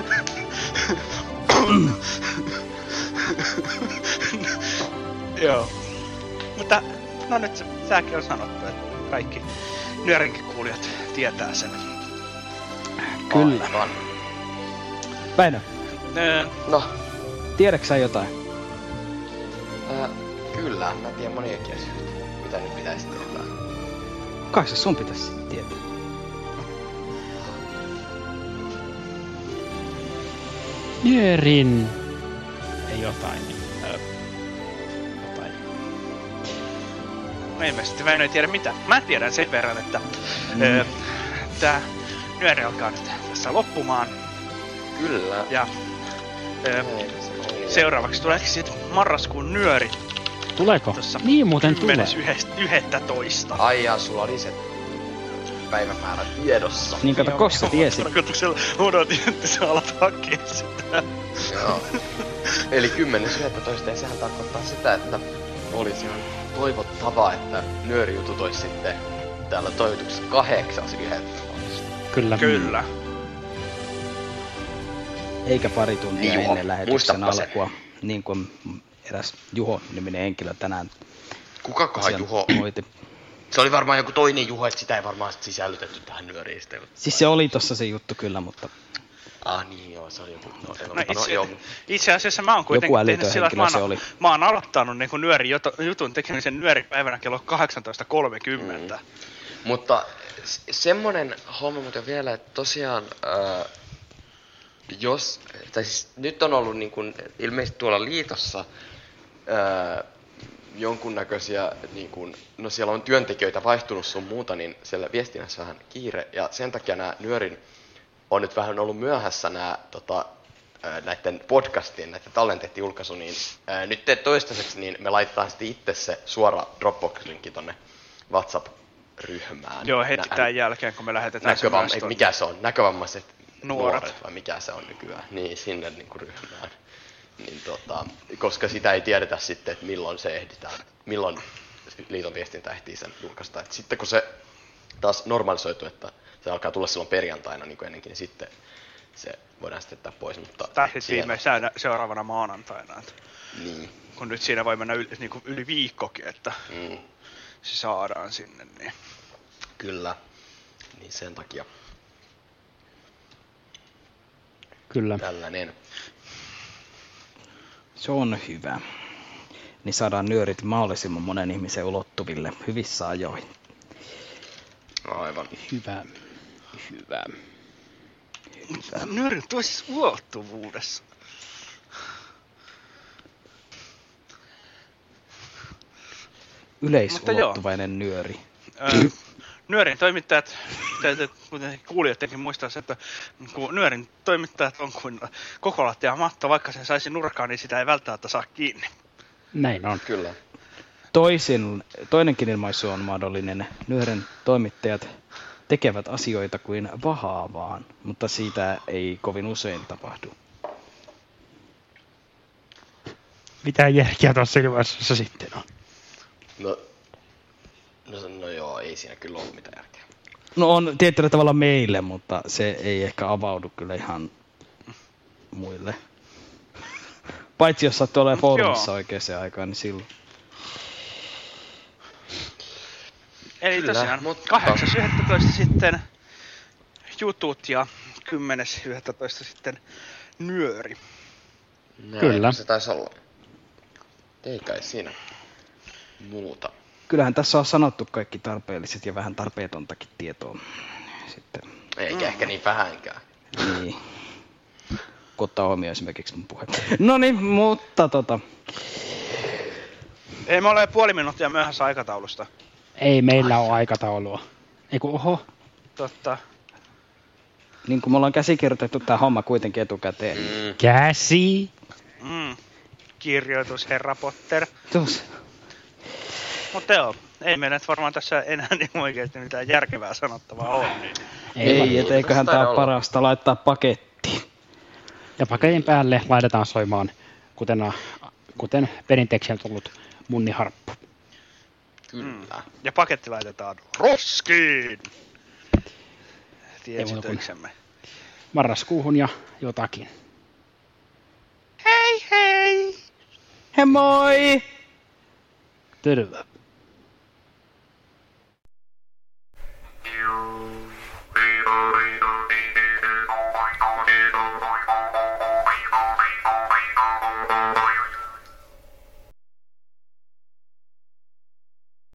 Joo. Mutta no nyt sä, säkin on sanottu, että kaikki nyörinkin kuulijat tietää sen. Kyllä. Aivan. Väinö. Öö, No. Tiedätkö sä jotain? Ää, kyllä, mä tiedän moniakin asioita, mitä nyt pitäisi tehdä. Kai se sun pitäisi sitten tietää. Nyörin. Ei jotain. Niin, öö, jotain. no ilmeisesti Väinö ei tiedä mitä. Mä tiedän sen verran, että mm. öö, tää nyöri alkaa nyt tässä loppumaan. Kyllä. Ja öö, seuraavaksi tulee sitten marraskuun nyöri. Tuleeko? Tossa niin muuten tulee. yhdestoista Ai jaa, sulla oli se päivämäärä tiedossa. Niin kato, koska sä tiesit. Tarkoituksella odotin, että sä alat hakea sitä. Joo. Eli kymmenes yhdestoista ja sehän tarkoittaa sitä, että olisi ihan toivottavaa, että nyörijutut olisi sitten täällä toivotuksessa kahdeksas yhdestoista. Kyllä. Kyllä. Eikä pari tuntia Juho, ennen lähetyksen muistapa alkua, niin kuin eräs Juho-niminen henkilö tänään. Kukakohan Juho? Hoiti. Se oli varmaan joku toinen Juho, että sitä ei varmaan sit sisällytetty tähän nyöriin. Siis se oli tossa se juttu kyllä, mutta... Ah niin joo, se oli joku... No, No itse, itse, no, itse asiassa mä oon kuitenkin tehnyt sillä, että mä oon, oli. mä oon aloittanut niin kuin nyöri jutun tekemisen nyöripäivänä kello kahdeksantoista kolmekymmentä. Mm. Mutta semmonen homma muuten vielä, että tosiaan... Ää, jos... Tai siis nyt on ollut niin kuin, ilmeisesti tuolla liitossa... Ää, jonkunnäköisiä, niin kuin, no siellä on työntekijöitä vaihtunut sun muuta, niin siellä viestinnässä vähän kiire, ja sen takia nämä nyörin on nyt vähän ollut myöhässä nämä tota, näiden podcastien, näiden tallenteet-julkaisu, niin ää, nyt te toistaiseksi niin me laitetaan sitten itse se suora Dropbox-linkki tonne WhatsApp-ryhmään. Joo, heti Nä- tämän jälkeen, kun me lähetetään näkövam- se mikä se on? Näkövammaiset nuoret. nuoret, vai mikä se on nykyään? Niin, sinne niin kuin ryhmään. Niin tota, koska sitä ei tiedetä sitten, että milloin se ehditään, milloin liiton viestintä ehtii sen julkaista. Et sitten kun se taas normalisoitu, että se alkaa tulla silloin perjantaina niin kuin ennenkin, niin sitten se voidaan sitten jättää pois. Mutta tai sitten viimeisään seuraavana maanantaina. Että niin. Kun nyt siinä voi mennä yli, niin kuin yli viikkokin, että mm. se saadaan sinne. Niin. Kyllä, niin sen takia. Kyllä. Tällainen. Se on hyvä. Niin saadaan nyörit mahdollisimman monen ihmisen ulottuville hyvissä ajoin. Aivan. Hyvä. Hyvä. Hyvä. Nyörit toisessa ulottuvuudessa. Yleisulottuvainen nyöri. Öö, nyörin toimittajat, kuten kuulijatkin muistaa, että kun nyörin toimittajat on kuin koko lattia matto, vaikka sen saisi nurkkaan, niin sitä ei välttämättä saa kiinni. Näin on. Kyllä. Toisin, toinenkin ilmaisu on mahdollinen. Nyörin toimittajat tekevät asioita kuin vahaavaan, mutta siitä ei kovin usein tapahdu. Mitä järkeä tuossa ilmaisussa sitten on? No, no, no joo, ei siinä kyllä ollut mitään järkeä. No on tietyllä tavalla meille, mutta se ei ehkä avaudu kyllä ihan muille. Paitsi jos sattuu olemaan foorumissa oikeaan aikaan, niin silloin. Eli kyllä, tosiaan mutta... kahdeksas yhdestoista sitten jutut ja kymmenes yhdestoista sitten nyöri. Näin, kyllä. Se taisi olla. Ei kai siinä muuta. Kyllähän tässä on sanottu kaikki tarpeelliset ja vähän tarpeetontakin tietoa. Sitten. Eikä mm. ehkä niin vähänkään. Niin. kun ottaa huomioon esimerkiksi mun puhe. No niin, mutta tota... Ei me ole puoli minuuttia myöhässä aikataulusta. Ei meillä ole aikataulua. Eiku, oho. Totta. Niin kuin me ollaan käsikirjoitettu tää homma kuitenkin etukäteen. Mm. Käsi! Mm. Kirjoitus, herra Potter. Tus. Mutta joo, ei meillä nyt varmaan tässä enää niin oikeasti mitään järkevää sanottavaa ole. Niin. Ei, ei et eiköhän tää ole parasta laittaa pakettiin. Ja paketin päälle laitetaan soimaan, kuten, kuten perinteeksi on tullut munniharppu. Kyllä. Mm. Ja paketti laitetaan roskiin! Tiesitöiksemme. Marraskuuhun ja jotakin. Hei hei! Hei moi! Terve.